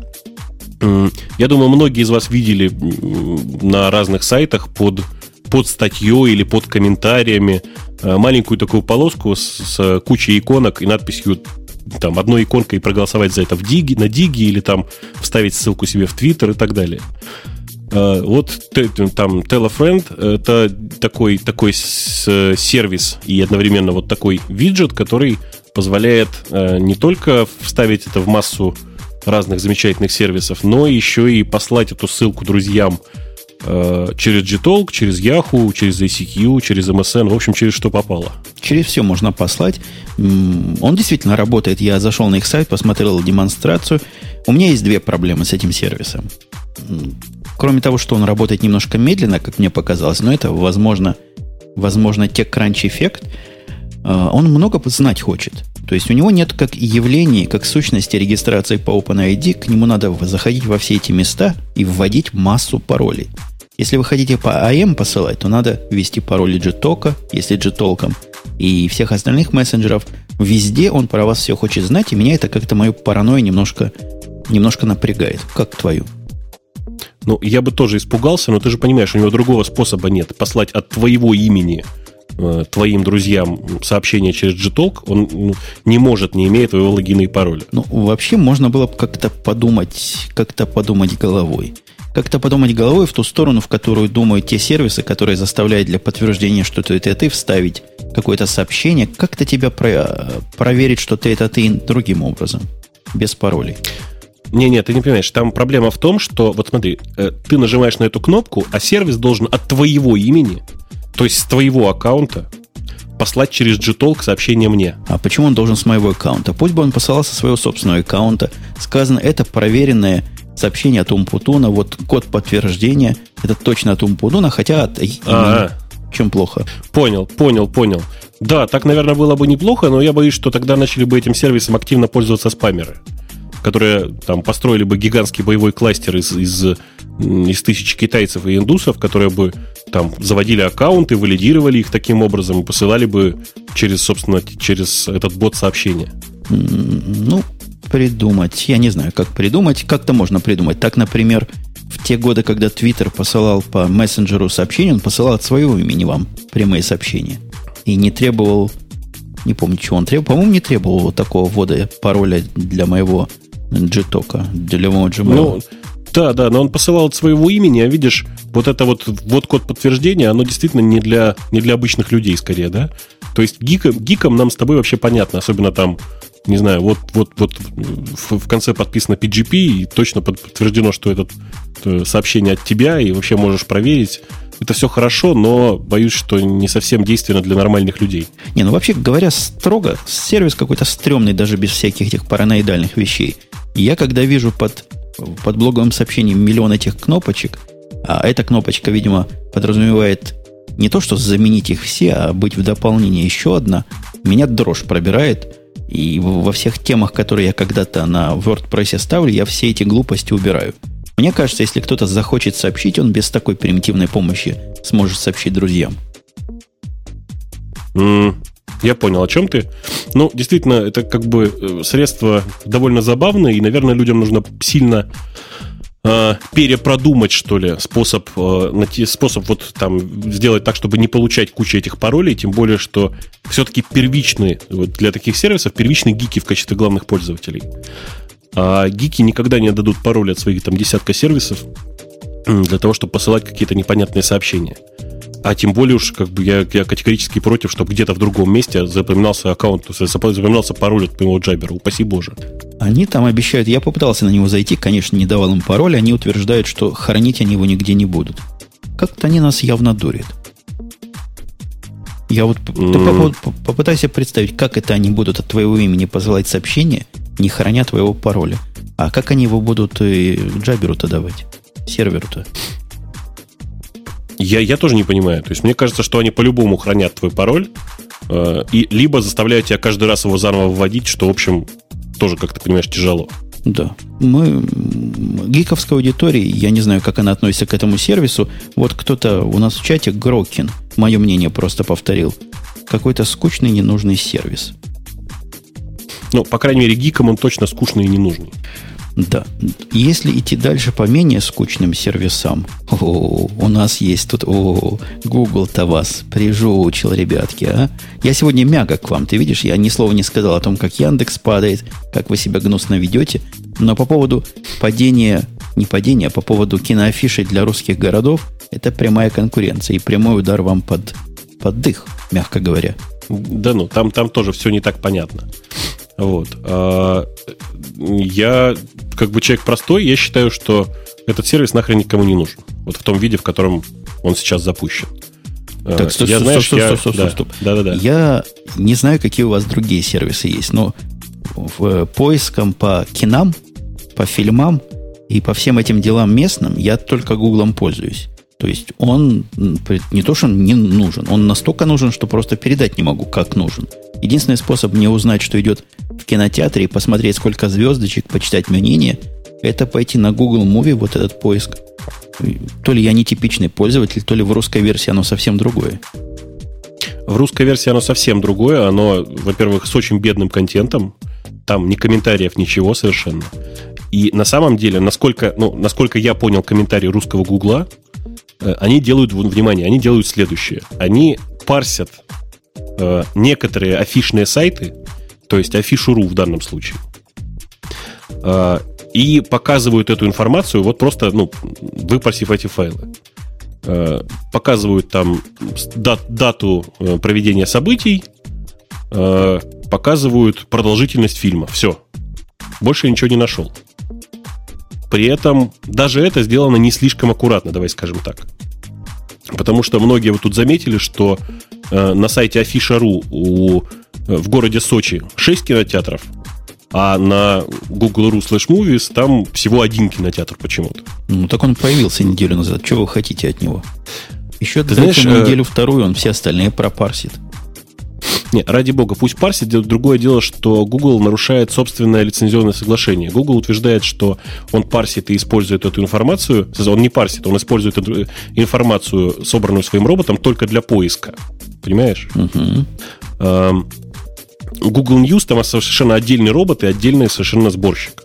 B: Я думаю, многие из вас видели на разных сайтах под статьей или под комментариями маленькую такую полоску с кучей иконок и надписью там одной иконкой проголосовать за это на Диге или там вставить ссылку себе в Твиттер и так далее. Вот там Tell a Friend — это такой сервис и одновременно вот такой виджет, который позволяет не только вставить это в массу разных замечательных сервисов, но еще и послать эту ссылку друзьям через Gtalk, через Yahoo, через ICQ, через MSN, в общем, через что попало.
A: Через все можно послать. Он действительно работает. Я зашел на их сайт, посмотрел демонстрацию. У меня есть две проблемы с этим сервисом. Кроме того, что он работает немножко медленно, как мне показалось, но это, возможно, TechCrunch эффект. Он много знать хочет. То есть у него нет как явлений, как сущности регистрации по OpenID. К нему надо заходить во все эти места и вводить массу паролей. Если вы хотите по AM посылать, то надо ввести пароли Gtalk, если Gtalk, и всех остальных мессенджеров. Везде он про вас все хочет знать, и меня это как-то мою паранойю немножко напрягает. Как твою?
B: Я бы тоже испугался, но ты же понимаешь, у него другого способа нет. Послать от твоего имени твоим друзьям сообщение через Gtalk, он не может, не имея твоего логина и пароля.
A: Вообще можно было бы как-то подумать головой. Как-то подумать головой в ту сторону, в которую думают те сервисы, которые заставляют для подтверждения, что это ты, вставить какое-то сообщение, как-то тебя проверить, что это ты другим образом, без паролей.
B: Не, ты не понимаешь, там проблема в том, что, вот смотри, ты нажимаешь на эту кнопку, а сервис должен от твоего имени, то есть с твоего аккаунта, послать через Gtalk сообщение мне. А
A: почему он должен с моего аккаунта? Пусть бы он посылал со своего собственного аккаунта. Сказано, это проверенное сообщение от Умпутуна, вот код подтверждения, это точно от Умпутуна, хотя от имени. Чем плохо?
B: Понял. Да, так, наверное, было бы неплохо, но я боюсь, что тогда начали бы этим сервисом активно пользоваться спамеры, которые там построили бы гигантский боевой кластер из тысяч китайцев и индусов, которые бы там заводили аккаунты, валидировали их таким образом и посылали бы через этот бот сообщения.
A: Придумать. Я не знаю, как придумать. Как-то можно придумать. Так, например, в те годы, когда Twitter посылал по мессенджеру сообщения, он посылал от своего имени вам прямые сообщения. И не требовал, не помню, чего он требовал. По-моему, не требовал вот такого ввода пароля для моего Gtalk, для моего Gmail.
B: Да, но он посылал от своего имени, а видишь, вот это вот код подтверждения, оно действительно не для обычных людей, скорее, да? То есть гикам нам с тобой вообще понятно, особенно там, не знаю, вот в конце подписано PGP, и точно подтверждено, что это сообщение от тебя, и вообще можешь проверить. Это все хорошо, но боюсь, что не совсем действенно для нормальных людей.
A: Вообще говоря строго, сервис какой-то стрёмный, даже без всяких этих параноидальных вещей. Я когда вижу под блоговым сообщением миллион этих кнопочек, а эта кнопочка, видимо, подразумевает не то, что заменить их все, а быть в дополнение еще одна, меня дрожь пробирает. И во всех темах, которые я когда-то на WordPress ставлю, я все эти глупости убираю. Мне кажется, если кто-то захочет сообщить, он без такой примитивной помощи сможет сообщить друзьям.
B: Я понял, о чем ты. Ну, действительно, это как бы средство довольно забавное, и, наверное, людям нужно сильно перепродумать, что ли, способ вот там сделать так, чтобы не получать кучу этих паролей, тем более, что все-таки первичные, вот для таких сервисов, первичные гики в качестве главных пользователей. А гики никогда не отдадут пароли от своих там десятка сервисов для того, чтобы посылать какие-то непонятные сообщения. А тем более уж, как бы я категорически против, чтобы где-то в другом месте запоминался аккаунт, запоминался пароль от моего джабера, упаси боже.
A: Они там обещают, я попытался на него зайти, конечно, не давал им пароль, они утверждают, что хранить они его нигде не будут. Как-то они нас явно дурят. Я вот попытайся представить, как это они будут от твоего имени посылать сообщения, не храня твоего пароля. А как они его будут джаберу-то давать? Серверу-то?
B: Я тоже не понимаю. То есть мне кажется, что они по-любому хранят твой пароль и либо заставляют тебя каждый раз его заново вводить, что, в общем, тоже, как ты понимаешь, тяжело.
A: Да. Мы, гиковской аудитории, я не знаю, как она относится к этому сервису. Вот кто-то у нас в чате, Грокин, мое мнение просто повторил. Какой-то скучный, ненужный сервис.
B: Ну, по крайней мере, гикам он точно скучный и ненужный.
A: Да. Если идти дальше по менее скучным сервисам, у нас есть тут, Google-то вас прижучил, ребятки, а? Я сегодня мягок к вам, ты видишь, я ни слова не сказал о том, как Яндекс падает, как вы себя гнусно ведете, но по поводу не падения, а по поводу киноафишей для русских городов, это прямая конкуренция и прямой удар вам под дых, мягко говоря.
B: Да ну, там тоже все не так понятно. Вот. Я, как бы человек простой, я считаю, что этот сервис нахрен никому не нужен. Вот в том виде, в котором он сейчас запущен.
A: Так, стоп.
B: Да.
A: Я не знаю, какие у вас другие сервисы есть, но в поиском по кинам, по фильмам и по всем этим делам местным я только Гуглом пользуюсь. То есть он не то, что он не нужен, он настолько нужен, что просто передать не могу, как нужен. Единственный способ мне узнать, что идет в кинотеатре, и посмотреть, сколько звездочек, почитать мнение, это пойти на Google Movie, вот этот поиск. То ли я нетипичный пользователь, то ли в русской версии оно совсем другое.
B: В русской версии оно совсем другое. Оно, во-первых, с очень бедным контентом. Там ни комментариев, ничего совершенно. И на самом деле, насколько я понял комментарии русского Гугла, они делают, внимание, они делают следующее. Они парсят некоторые афишные сайты, то есть афишу.ру в данном случае, и показывают эту информацию, вот просто, выпарсив эти файлы. Показывают там дату проведения событий, показывают продолжительность фильма. Все. Больше ничего не нашел. При этом даже это сделано не слишком аккуратно, давай скажем так. Потому что многие вот тут заметили, что на сайте Афиша.ру в городе Сочи 6 кинотеатров, а на Google.ru/movies там всего 1 кинотеатр почему-то. Ну,
A: так он появился неделю назад. Чего вы хотите от него? Еще дайте неделю вторую, он все остальные пропарсит.
B: Не, ради бога, пусть парсит. Другое дело, что Google нарушает собственное лицензионное соглашение. Google утверждает, что он парсит и использует эту информацию. Он не парсит, он использует эту информацию, собранную своим роботом, только для поиска. Понимаешь?
A: Угу.
B: Google News там совершенно отдельный робот и отдельный совершенно сборщик.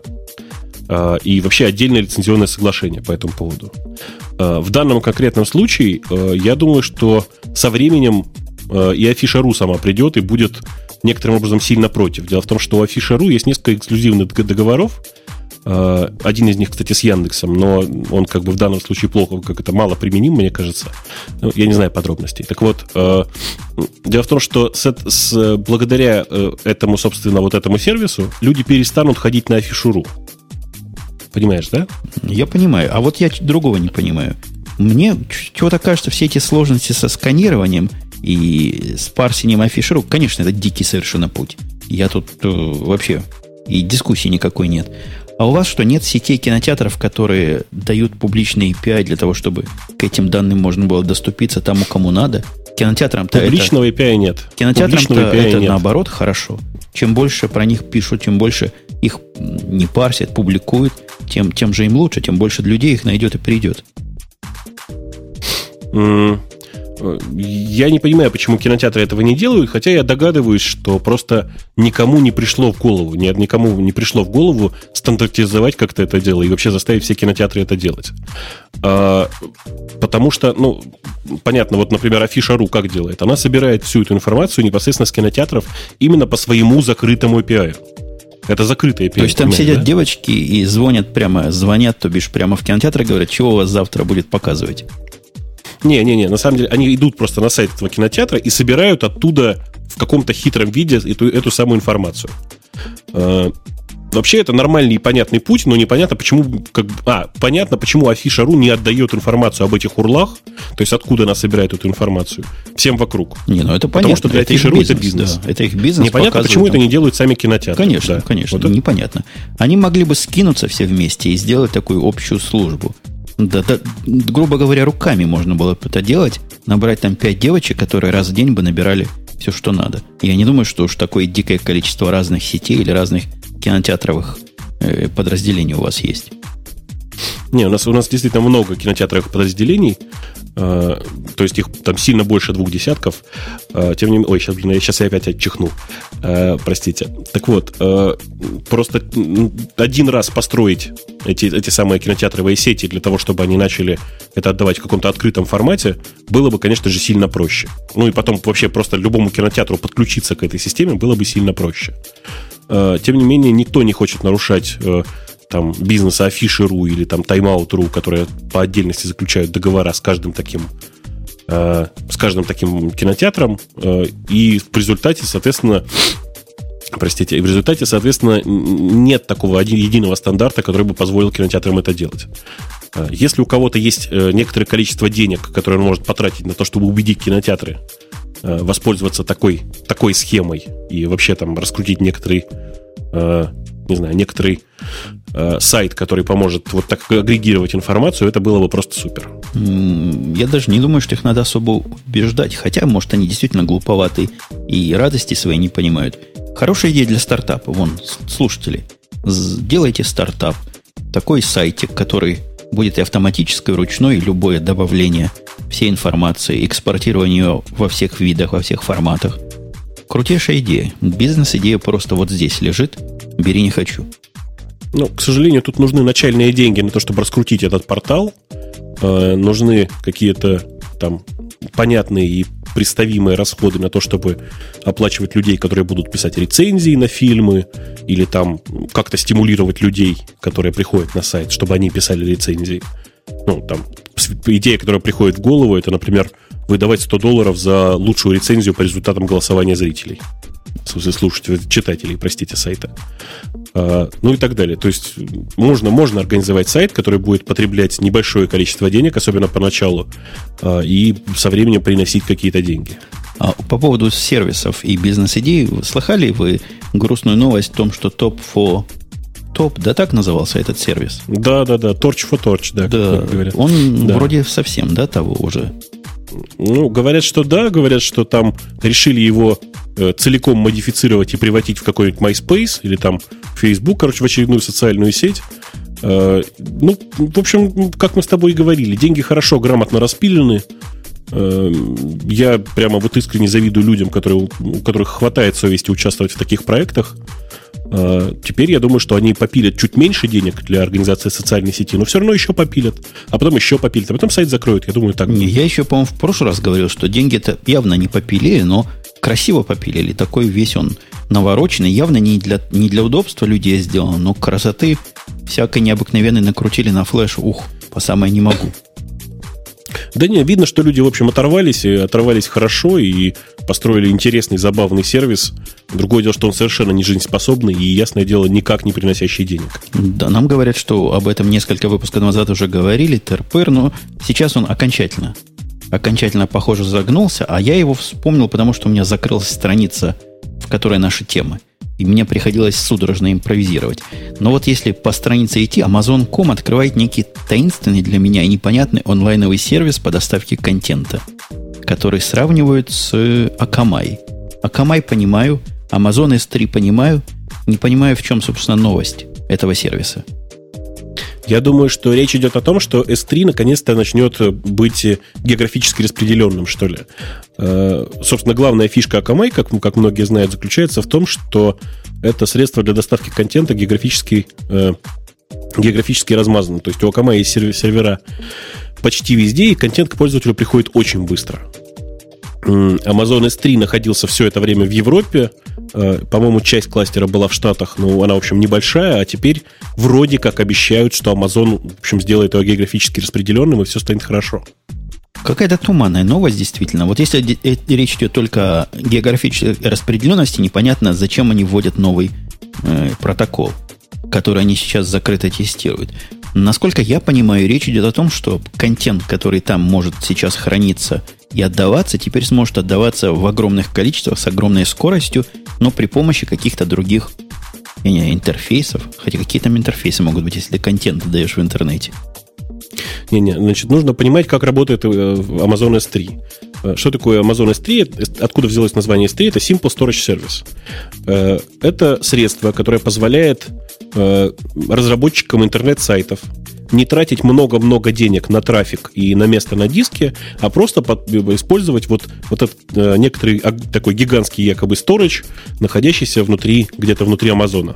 B: И вообще отдельное лицензионное соглашение по этому поводу. В данном конкретном случае, я думаю, что со временем и Афиша.ру сама придет и будет некоторым образом сильно против. Дело в том, что у Афиша.ру есть несколько эксклюзивных договоров. Один из них, кстати, с Яндексом, но он как бы в данном случае плохо, как это мало применим, мне кажется. Я не знаю подробностей. Так вот, дело в том, что благодаря этому, собственно, вот этому сервису люди перестанут ходить на Афишу.ру. Понимаешь, да?
A: Я понимаю. А вот я другого не понимаю. Мне чего-то кажется, все эти сложности со сканированием и с парсением Афиша.ру, конечно, это дикий совершенно путь. Я тут вообще и дискуссии никакой нет. А у вас что, нет сетей кинотеатров, которые дают публичный API для того, чтобы к этим данным можно было доступиться тому, кому надо? Кинотеатрам-то
B: публичного API нет.
A: Кинотеатрам-то это нет. Наоборот хорошо. Чем больше про них пишут, чем больше их не парсят, публикуют, тем же им лучше, тем больше людей их найдет и придет.
B: Я не понимаю, почему кинотеатры этого не делают, хотя я догадываюсь, что просто никому не пришло в голову, никому не пришло в голову стандартизовать как-то это дело и вообще заставить все кинотеатры это делать. Потому что, понятно, вот, например, Афиша.ру как делает? Она собирает всю эту информацию непосредственно с кинотеатров именно по своему закрытому API. Это закрытый API.
A: То есть там сидят девочки и звонят, то бишь прямо в кинотеатр и говорят, чего у вас завтра будет показывать.
B: Не, на самом деле они идут просто на сайт этого кинотеатра и собирают оттуда в каком-то хитром виде эту самую информацию. Вообще это нормальный и понятный путь, но непонятно, почему понятно, почему Афиша.ру не отдает информацию об этих урлах, то есть откуда она собирает эту информацию, всем вокруг.
A: Это понятно.
B: Потому что для Афиша.ру это бизнес.
A: Да, это их бизнес.
B: Непонятно, почему это не делают сами кинотеатры.
A: Конечно, вот непонятно. Они могли бы скинуться все вместе и сделать такую общую службу. Да, грубо говоря, руками можно было бы это делать, набрать там 5 девочек, которые раз в день бы набирали все, что надо. Я не думаю, что уж такое дикое количество разных сетей или разных кинотеатровых подразделений у вас есть.
B: Не, у нас действительно много кинотеатровых подразделений, то есть их там сильно больше 20. Тем не менее... сейчас я опять чихнул. Простите. Так вот, просто один раз построить эти самые кинотеатровые сети для того, чтобы они начали это отдавать в каком-то открытом формате, было бы, конечно же, сильно проще. И потом вообще просто любому кинотеатру подключиться к этой системе было бы сильно проще. Тем не менее, никто не хочет нарушать там бизнеса Афиши.ру или там Тайм-аут.ру, которые по отдельности заключают договора с каждым таким кинотеатром, и в результате, соответственно, нет такого единого стандарта, который бы позволил кинотеатрам это делать. Если у кого-то есть некоторое количество денег, которые он может потратить на то, чтобы убедить кинотеатры воспользоваться такой схемой и вообще там раскрутить некоторый сайт, который поможет вот так агрегировать информацию, это было бы просто супер.
A: Я даже не думаю, что их надо особо убеждать. Хотя, может, они действительно глуповаты и радости своей не понимают. Хорошая идея для стартапа. Слушатели, делайте стартап. Такой сайтик, который будет и автоматической, и ручной, и любое добавление всей информации, экспортирование ее во всех видах, во всех форматах. Крутейшая идея. Бизнес-идея просто вот здесь лежит. Бери, не хочу.
B: К сожалению, тут нужны начальные деньги на то, чтобы раскрутить этот портал. Нужны какие-то там понятные и представимые расходы на то, чтобы оплачивать людей, которые будут писать рецензии на фильмы, или там как-то стимулировать людей, которые приходят на сайт, чтобы они писали рецензии. Идея, которая приходит в голову, это, например, выдавать $100 за лучшую рецензию по результатам голосования зрителей. В смысле, слушателей, читателей, сайта. И так далее. То есть можно организовать сайт, который будет потреблять небольшое количество денег, особенно поначалу, и со временем приносить какие-то деньги.
A: По поводу сервисов и бизнес-идей, слыхали вы грустную новость о том, что Top, да, так назывался этот сервис? Да,
B: Torch for Torch, да,
A: как говорят. Он вроде совсем, того уже.
B: Говорят, что да, говорят, что там решили его целиком модифицировать и превратить в какой-нибудь MySpace или там Facebook, в очередную социальную сеть. В общем, как мы с тобой и говорили, деньги хорошо, грамотно распилены. Я прямо искренне завидую людям, у которых хватает совести участвовать в таких проектах. Теперь я думаю, что они попилят чуть меньше денег для организации социальной сети, но все равно еще попилят, а потом еще попилят, а потом сайт закроют. Я думаю, так.
A: Я еще, по-моему, в прошлый раз говорил, что деньги-то явно не попилили, но красиво попилили. Такой весь он навороченный, явно не для удобства людей сделан, но красоты всякой необыкновенной накрутили на флеш. По самое не могу.
B: Да не, видно, что люди, в общем, оторвались хорошо и построили интересный, забавный сервис. Другое дело, что он совершенно не жизнеспособный и, ясное дело, никак не приносящий денег.
A: Да, нам говорят, что об этом несколько выпусков назад уже говорили, ТРПР, но сейчас он окончательно, похоже, загнулся, а я его вспомнил, потому что у меня закрылась страница, в которой наши темы. И мне приходилось судорожно импровизировать. Но вот если по странице идти, Amazon.com открывает некий таинственный для меня и непонятный онлайновый сервис по доставке контента, который сравнивают с Akamai. Akamai понимаю, Amazon S3 понимаю, не понимаю, в чем, собственно, новость этого сервиса.
B: Я думаю, что речь идет о том, что S3 наконец-то начнет быть географически распределенным, что ли. Собственно, главная фишка Akamai, как многие знают, заключается в том, что это средство для доставки контента географически размазано. То есть у Akamai есть сервера почти везде, и контент к пользователю приходит очень быстро. Amazon S3 находился все это время в Европе. По-моему, часть кластера была в Штатах, но она, в общем, небольшая. А теперь вроде как обещают, что Amazon, в общем, сделает его географически распределенным, и все станет хорошо.
A: Какая-то туманная новость, действительно. Вот если речь идет только о географической распределенности, непонятно, зачем они вводят новый протокол, который они сейчас закрыто тестируют. Насколько я понимаю, речь идет о том, что контент, который там может сейчас храниться и отдаваться, теперь сможет отдаваться в огромных количествах, с огромной скоростью, но при помощи каких-то других интерфейсов. Хотя какие там интерфейсы могут быть, если ты контент даешь в интернете?
B: Значит, нужно понимать, как работает Amazon S3. Что такое Amazon S3? Откуда взялось название S3? Это Simple Storage Service. Это средство, которое позволяет разработчикам интернет-сайтов не тратить много-много денег на трафик и на место на диске, а просто использовать вот этот некоторый такой гигантский якобы storage, находящийся где-то внутри Амазона.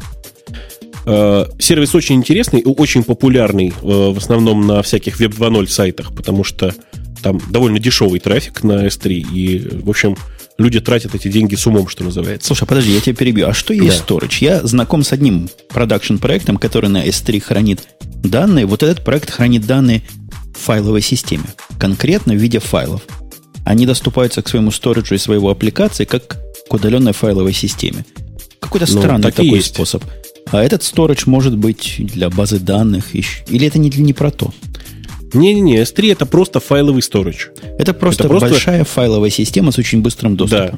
B: Сервис очень интересный и очень популярный в основном на всяких Web 2.0 сайтах, потому что там довольно дешевый трафик на S3, и, в общем, люди тратят эти деньги с умом, что называется.
A: Слушай, подожди, я тебя перебью. А что есть storage? Я знаком с одним продакшн-проектом, который на S3 хранит данные. Вот этот проект хранит данные в файловой системе, конкретно в виде файлов. Они доступаются к своему сториджу и своего аппликации как к удаленной файловой системе. Какой-то странный такой способ. А этот storage может быть для базы данных или это не про то?
B: Не-не-не, S3 это просто файловый storage.
A: Это просто большая файловая система с очень быстрым доступом.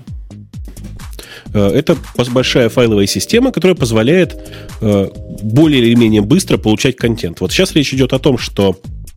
B: Да. Это большая файловая система, которая позволяет более или менее быстро получать контент. Вот сейчас речь идет о том, что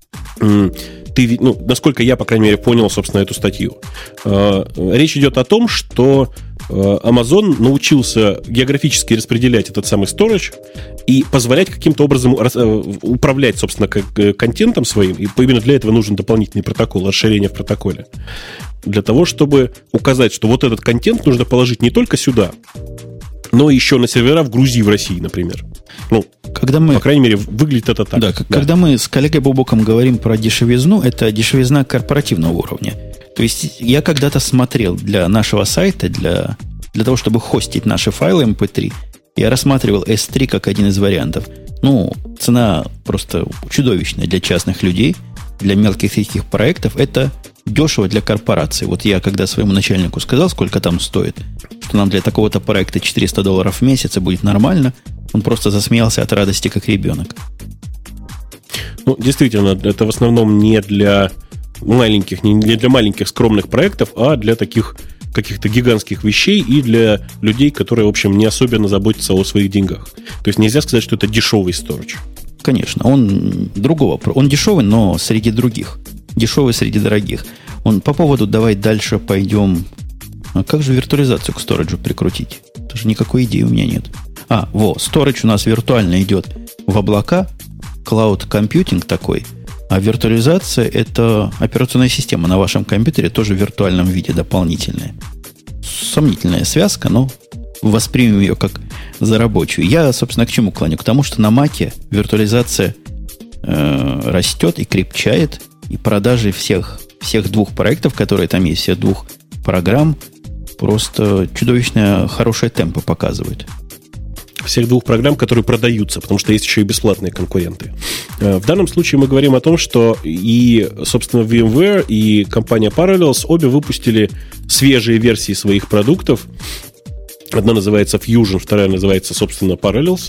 B: насколько я, по крайней мере, понял, собственно, эту статью. Речь идет о том, что Amazon научился географически распределять этот самый storage и позволять каким-то образом управлять, собственно, контентом своим. И именно для этого нужен дополнительный протокол, расширение в протоколе. Для того, чтобы указать, что вот этот контент нужно положить не только сюда, но еще на сервера в Грузии, в России, например. По крайней мере, выглядит это так.
A: Да, когда мы с коллегой Бобоком говорим про дешевизну, это дешевизна корпоративного уровня. То есть я когда-то смотрел для нашего сайта, для того, чтобы хостить наши файлы MP3, я рассматривал S3 как один из вариантов. Цена просто чудовищная для частных людей, для мелких таких проектов. Это дешево для корпораций. Вот я когда своему начальнику сказал, сколько там стоит, что нам для такого-то проекта $400 в месяц и будет нормально, он просто засмеялся от радости, как ребенок.
B: Действительно, это в основном не для маленьких скромных проектов, а для таких каких-то гигантских вещей и для людей, которые, в общем, не особенно заботятся о своих деньгах. То есть нельзя сказать, что это дешевый storage.
A: Конечно, он дешевый, но среди других. Дешевый среди дорогих. По поводу давай дальше пойдем. А как же виртуализацию к сториджу прикрутить? Тоже никакой идеи у меня нет. Storage у нас виртуально идет в облака, cloud computing такой, а виртуализация – это операционная система на вашем компьютере, тоже в виртуальном виде дополнительная. Сомнительная связка, но воспримем ее как за рабочую. Я, собственно, к чему клоню? К тому, что на Маке виртуализация растет и крепчает, и продажи всех двух проектов, которые там есть, всех двух программ, просто чудовищно хорошие темпы показывают.
B: Всех двух программ, которые продаются, потому что есть еще и бесплатные конкуренты. В данном случае мы говорим о том, что и, собственно, VMware, и компания Parallels обе выпустили свежие версии своих продуктов. Одна называется Fusion, вторая называется, собственно, Parallels.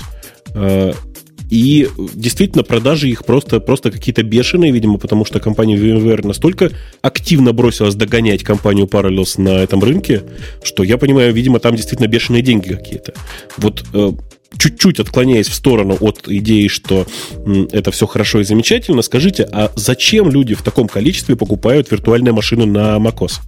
B: И действительно продажи их просто какие-то бешеные, видимо, потому что компания VMware настолько активно бросилась догонять компанию Parallels на этом рынке, что, я понимаю, видимо, там действительно бешеные деньги какие-то. Вот чуть-чуть отклоняясь в сторону от идеи, что это все хорошо и замечательно, скажите, а зачем люди в таком количестве покупают виртуальные машины на macOS?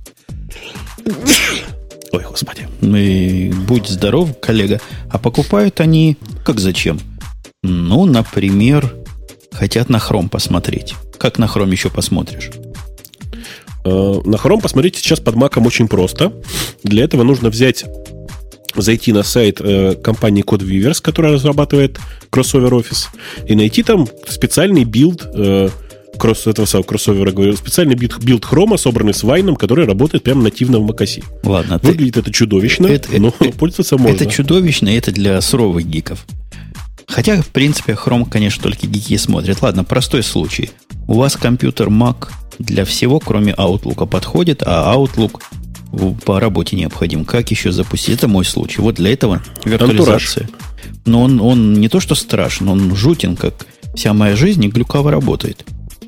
B: Ой, господи.
A: Будь здоров, коллега. А покупают они как зачем? Например, хотят на Chrome посмотреть. Как на Chrome еще посмотришь?
B: На Chrome посмотреть сейчас под Mac'ом очень просто. Для этого нужно зайти на сайт компании CodeWeavers, которая разрабатывает кроссовер Office, и найти там специальный билд кроссовера, говорю, специальный билд Chrome, собранный с Вайном, который работает прямо нативно в macOS.
A: Ладно.
B: Выглядит это чудовищно, но пользоваться можно.
A: Это чудовищно, и это для суровых гиков. Хотя, в принципе, Chrome, конечно, только гики смотрят. Ладно, простой случай. У вас компьютер Mac для всего, кроме Outlook, подходит, а Outlook по работе необходим. Как еще запустить? Это мой случай. Вот для этого виртуализация. Антураж. Но он не то что страшен, он жутен, как вся моя жизнь, и глюкаво работает.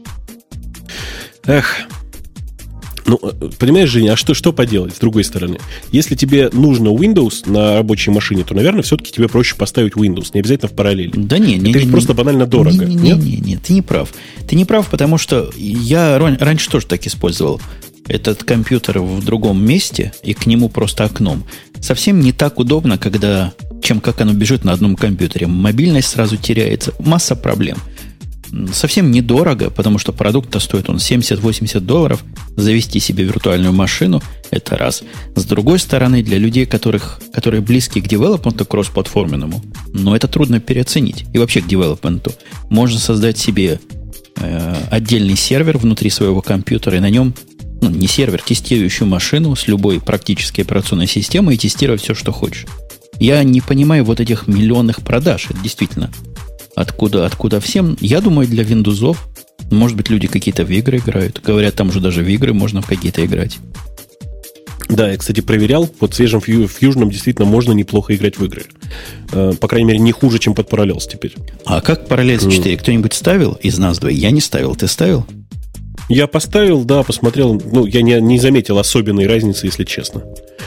B: Эх. Ну, понимаешь, Женя, а что поделать с другой стороны? Если тебе нужно Windows на рабочей машине, то, наверное, все-таки тебе проще поставить Windows, не обязательно в параллели.
A: Да не,
B: это просто банально дорого.
A: Не, ты не прав. Ты не прав, потому что я раньше тоже так использовал этот компьютер в другом месте и к нему просто окном. Совсем не так удобно, чем как оно бежит на одном компьютере. Мобильность сразу теряется. Масса проблем. Совсем недорого, потому что продукт-то стоит он $70-80. Завести себе виртуальную машину – это раз. С другой стороны, для людей, которые близки к девелопменту кроссплатформенному, но это трудно переоценить. И вообще к девелопменту. Можно создать себе отдельный сервер внутри своего компьютера и на нем, не сервер, тестирующую машину с любой практической операционной системой и тестировать все, что хочешь. Я не понимаю вот этих миллионных продаж. Это действительно... Откуда всем? Я думаю, для Windows. Может быть, люди какие-то в игры играют. Говорят, там же даже в игры можно в какие-то играть.
B: Да, я, кстати, проверял. Под свежим Fusion действительно можно неплохо играть в игры. По крайней мере, не хуже, чем под Parallels теперь.
A: А как Parallels 4? Кто-нибудь ставил из нас двоих? Я не ставил. Ты ставил?
B: Я поставил, да, посмотрел. Я не заметил особенной разницы, если честно.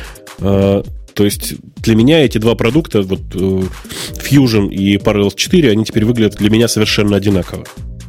B: То есть для меня эти два продукта, вот Fusion и Parallels 4, они теперь выглядят для меня совершенно одинаково.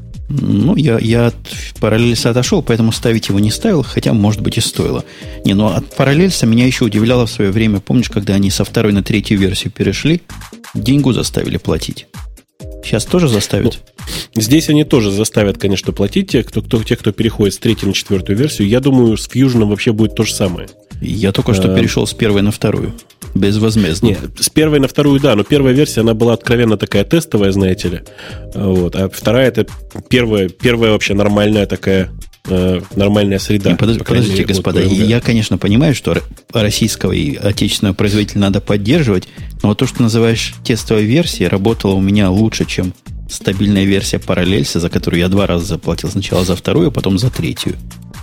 A: Я от Parallels отошел, поэтому ставить его не ставил, хотя, может быть, и стоило. Но от Parallels меня еще удивляло в свое время, помнишь, когда они со второй на третью версию перешли, деньгу заставили платить. Сейчас тоже заставят?
B: Здесь они тоже заставят, конечно, платить тех, кто переходит с третьей на четвертую версию. Я думаю, с Fusion вообще будет то же самое.
A: Я только что перешел с первой на вторую. Безвозмездно.
B: Нет, с первой на вторую, да, но первая версия, она была откровенно такая тестовая, знаете ли. Вот, а вторая, это первая вообще нормальная такая, нормальная среда.
A: Подождите, господа, я, конечно, понимаю, что российского и отечественного производителя надо поддерживать, но вот то, что называешь тестовой версией, работало у меня лучше, чем стабильная версия Parallels, за которую я 2 раза заплатил. Сначала за вторую, а потом за третью.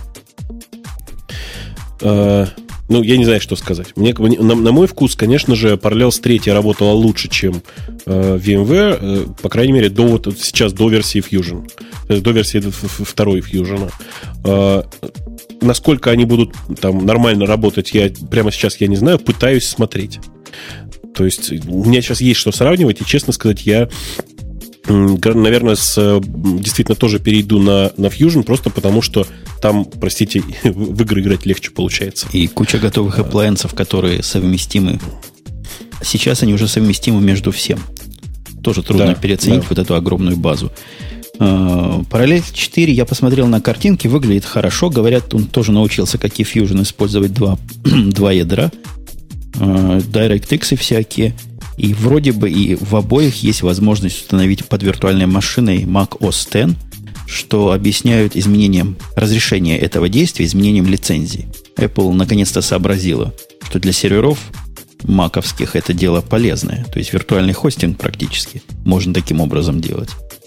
B: Я не знаю, что сказать. На мой вкус, конечно же, Parallels 3 работала лучше, чем VMware, по крайней мере, сейчас до версии Fusion. То есть до версии второй Fusion. Насколько они будут там нормально работать, я прямо сейчас я не знаю, пытаюсь смотреть. То есть у меня сейчас есть что сравнивать, и, честно сказать, я, наверное, действительно тоже перейду на Fusion, просто потому что там, простите, в игры играть легче получается.
A: И куча готовых appliance'ов, которые совместимы. Сейчас они уже совместимы между всем. Тоже трудно переоценить вот эту огромную базу. Parallels 4 я посмотрел на картинки, выглядит хорошо. Говорят, он тоже научился, как и Fusion, использовать два ядра. DirectX и всякие. И вроде бы и в обоих есть возможность установить под виртуальной машиной Mac OS X, что объясняют изменением разрешения этого действия, изменением лицензии. Apple наконец-то сообразила, что для серверов маковских это дело полезное. То есть виртуальный хостинг практически можно таким образом делать.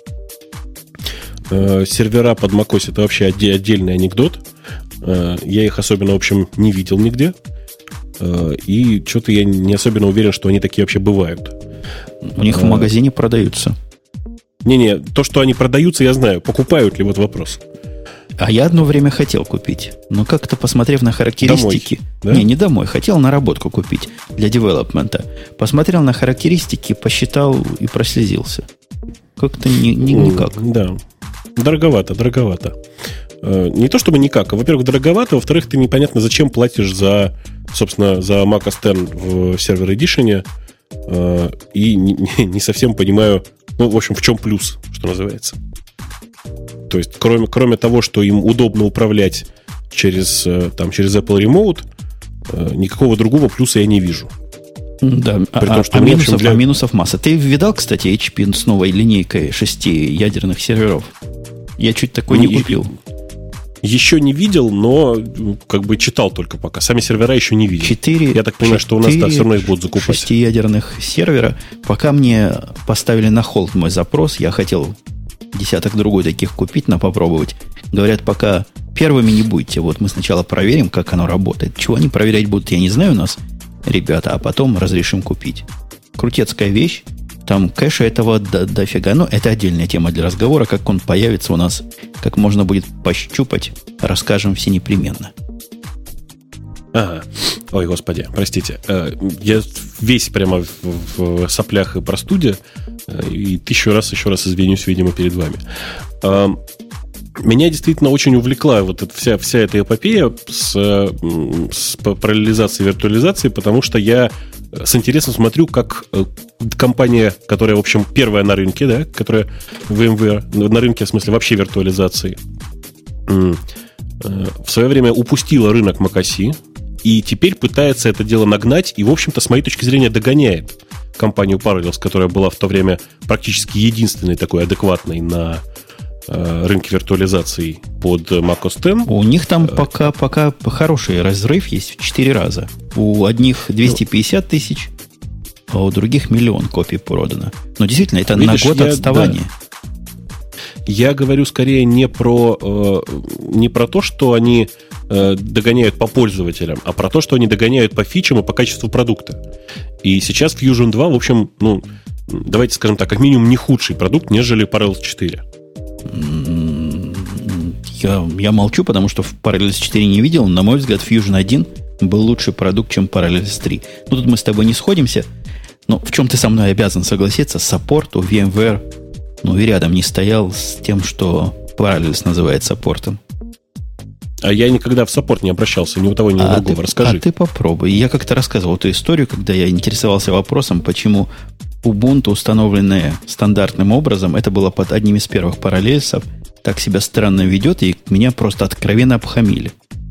B: Сервера под macOS — это вообще отдельный анекдот. Я их особенно, в общем, не видел нигде. И что-то я не особенно уверен, что они такие вообще бывают.
A: У них в магазине продаются.
B: Не-не, то, что они продаются, я знаю. Покупают ли, вот вопрос.
A: А я одно время хотел купить. Но как-то, посмотрев на характеристики...
B: Домой, да?
A: Не домой. Хотел наработку купить для девелопмента. Посмотрел на характеристики, посчитал и прослезился. Как-то никак.
B: Да. Дороговато. Не то чтобы никак. Во-первых, дороговато. Во-вторых, ты непонятно, зачем платишь за Mac OS X в Server Edition. И не совсем понимаю, в общем, в чем плюс, что называется. То есть, кроме того, что им удобно управлять через Apple Remote, никакого другого плюса я не вижу.
A: Да, минусов масса. Ты видал, кстати, HP с новой линейкой 6 ядерных серверов? Я чуть такой не купил.
B: Еще не видел, но как бы читал только пока. Сами сервера еще не видел. Я так понимаю, что у нас все равно их будут закупать.
A: 6 ядерных сервера. Пока мне поставили на холд мой запрос, я хотел десяток другой таких купить, попробовать. Говорят, пока первыми не будете. Вот мы сначала проверим, как оно работает. Чего они проверять будут, я не знаю у нас, ребята, а потом разрешим купить. Крутецкая вещь. Там кэша этого дофига. Но это отдельная тема для разговора. Как он появится у нас, как можно будет пощупать, расскажем все непременно.
B: Ага. Ой, господи, простите. Я весь прямо в соплях и простуде. И еще раз извинюсь, видимо, перед вами. Меня действительно очень увлекла вот эта вся эта эпопея с параллелизацией и виртуализацией, потому что я с интересом смотрю, как компания, которая, в общем, первая на рынке, да, которая VMware, на рынке, в смысле, вообще виртуализации, в свое время упустила рынок macOS и теперь пытается это дело нагнать и, в общем-то, с моей точки зрения, догоняет компанию Parallels, которая была в то время практически единственной такой адекватной на рынке виртуализации под macOS X.
A: У них там пока хороший разрыв есть в 4 раза. У одних 250 тысяч, а у других 1 000 000 копий продано. Но действительно, это на год отставания.
B: Да. Я говорю скорее не про то, что они догоняют по пользователям, а про то, что они догоняют по фичам и по качеству продукта. И сейчас Fusion 2, в общем, давайте скажем так, как минимум не худший продукт, нежели Parallels 4.
A: Я молчу, потому что в Parallels 4 не видел. На мой взгляд, Fusion 1 был лучший продукт, чем Parallels 3. Ну, тут мы с тобой не сходимся. Но в чем ты со мной обязан согласиться? Саппорт у VMware, и рядом не стоял с тем, что Parallels называет саппортом.
B: А я никогда в саппорт не обращался, ни у того, ни у другого. Расскажи.
A: А ты попробуй. Я как-то рассказывал эту историю, когда я интересовался вопросом, почему Ubuntu, установленное стандартным образом, это было под одним из первых параллельсов, так себя странно ведет, и меня просто откровенно обхамили.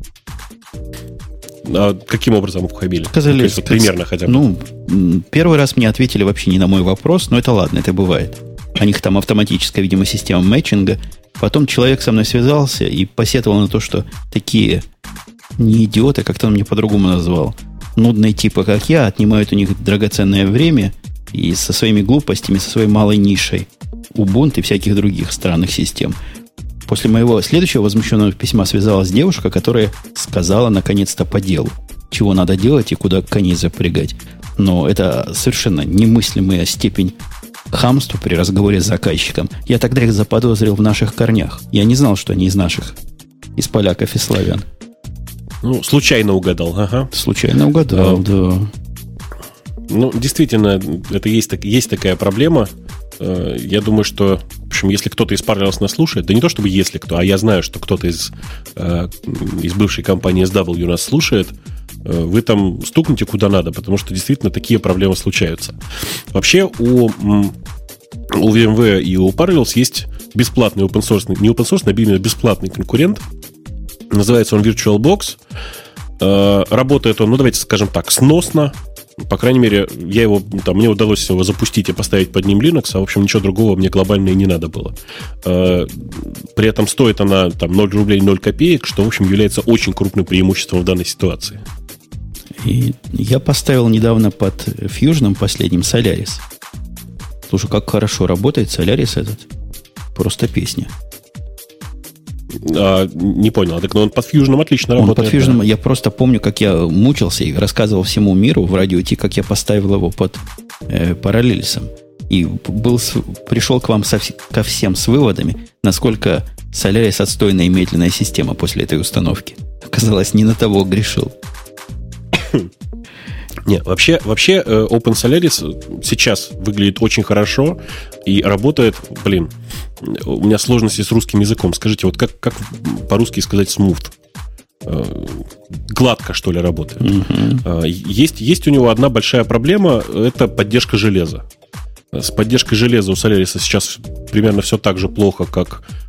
B: А каким образом обхамили?
A: Сказали,
B: примерно хотя бы.
A: Первый раз мне ответили вообще не на мой вопрос, но это ладно, это бывает. У них там автоматическая, видимо, система мэтчинга. Потом человек со мной связался и посетовал на то, что такие не идиоты, как-то он мне по-другому назвал, нудные типы, как я, отнимают у них драгоценное время и со своими глупостями, со своей малой нишей Ubuntu и всяких других странных систем. После моего следующего возмущенного письма связалась девушка, которая сказала наконец-то по делу, чего надо делать и куда коней запрягать. Но это совершенно немыслимая степень хамства при разговоре с заказчиком. Я тогда их заподозрил в наших корнях. Я не знал, что они из наших, из поляков и славян.
B: Случайно угадал. Ага.
A: Случайно угадал, да.
B: Действительно, это есть такая проблема. Я думаю, что, в общем, если кто-то из Parallels нас слушает, да не то чтобы если кто, а я знаю, что кто-то из бывшей компании SW нас слушает, вы там стукните куда надо, потому что действительно такие проблемы случаются. Вообще у VMware и у Parallels есть бесплатный open source, не open source, а именно бесплатный конкурент. Называется он VirtualBox. Работает он, давайте скажем так, сносно. По крайней мере, мне удалось его запустить и поставить под ним Linux, а в общем ничего другого мне глобально и не надо было. При этом стоит она 0 рублей 0 копеек, что в общем является очень крупным преимуществом в данной ситуации.
A: И я поставил недавно под Fusion последним Solaris. Слушай, как хорошо работает Solaris этот. Просто песня.
B: Не понял, так он под Fusion отлично работает.
A: Он под Fusion, да. Я просто помню, как я мучился и рассказывал всему миру в радио Ти, как я поставил его под параллельсом. И пришел к вам ко всем с выводами, насколько Solaris отстойная и медленная система после этой установки. Оказалось, не на того грешил.
B: Нет, вообще Open Solaris сейчас выглядит очень хорошо и работает, у меня сложности с русским языком. Скажите, вот как по-русски сказать smooth? Гладко, что ли, работает. Mm-hmm. Есть у него одна большая проблема, это поддержка железа. С поддержкой железа у Solaris сейчас примерно все так же плохо, как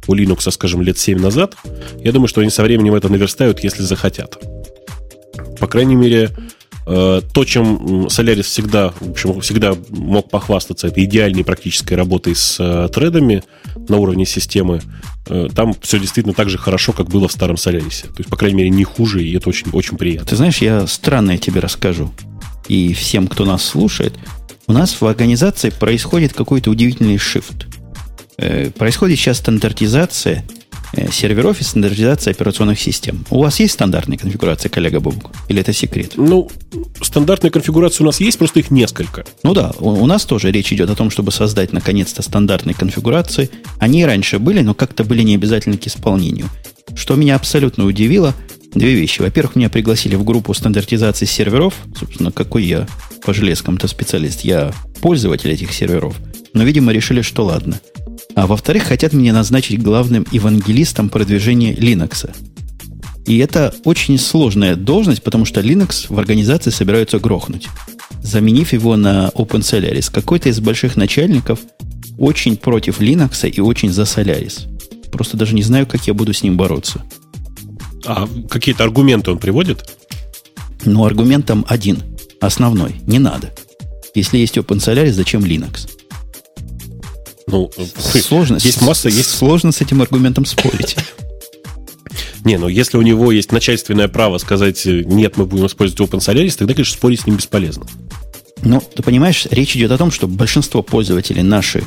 B: у Linux, скажем, лет 7 назад, я думаю, что они со временем это наверстают, если захотят. По крайней мере, то, чем Solaris всегда мог похвастаться, это идеальной практической работой с тредами на уровне системы. Там все действительно так же хорошо, как было в старом Solaris. То есть, по крайней мере, не хуже, и это очень, очень приятно.
A: Ты знаешь, я странное тебе расскажу. И всем, кто нас слушает, у нас в организации происходит какой-то удивительный шифт. Происходит сейчас стандартизация серверов и стандартизация операционных систем. У вас есть стандартная конфигурация, коллега Бобук? Или это секрет?
B: Ну, стандартная конфигурация у нас есть, просто их несколько.
A: Ну да, у нас тоже речь идет о том, чтобы создать наконец-то стандартные конфигурации. Они и раньше были, но как-то были не обязательны к исполнению. Что меня абсолютно удивило, две вещи. Во-первых, меня пригласили в группу стандартизации серверов. Собственно, какой я по железкам-то специалист. Я пользователь этих серверов. Но, видимо, решили, что ладно. А во-вторых, хотят меня назначить главным евангелистом продвижения Linux. И это очень сложная должность, потому что Linux в организации собираются грохнуть, заменив его на OpenSolaris. Какой-то из больших начальников очень против Linux и очень за Solaris. Просто даже не знаю, как я буду с ним бороться.
B: А какие-то аргументы он приводит?
A: Ну, аргумент там один, основной. Не надо. Если есть OpenSolaris, зачем Linux?
B: Ну,
A: сложно,
B: есть масса, есть...
A: сложно с этим аргументом спорить.
B: Не, ну если у него есть начальственное право сказать, нет, мы будем использовать OpenSolaris, тогда, конечно, спорить с ним бесполезно.
A: Ну, ты понимаешь, речь идет о том, что большинство пользователей наших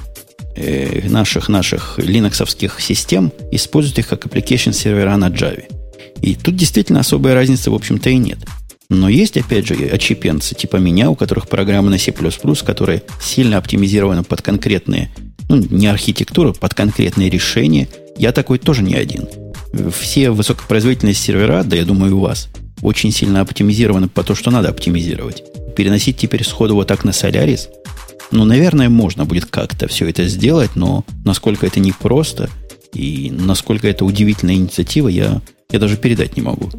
A: линоксовских систем используют их как application сервера на Java. И тут действительно особой разницы, в общем-то, и нет. Но есть, опять же, отщепенцы типа меня, у которых программы на C++, которые сильно оптимизированы под конкретные, ну, не архитектуру, под конкретные решения. Я такой тоже не один. Все высокопроизводительные сервера, да я думаю, у вас, очень сильно оптимизированы по то, что надо оптимизировать. Переносить теперь сходу вот так на Solaris, ну, наверное, можно будет как-то все это сделать, но насколько это непросто и насколько это удивительная инициатива, я даже передать не могу.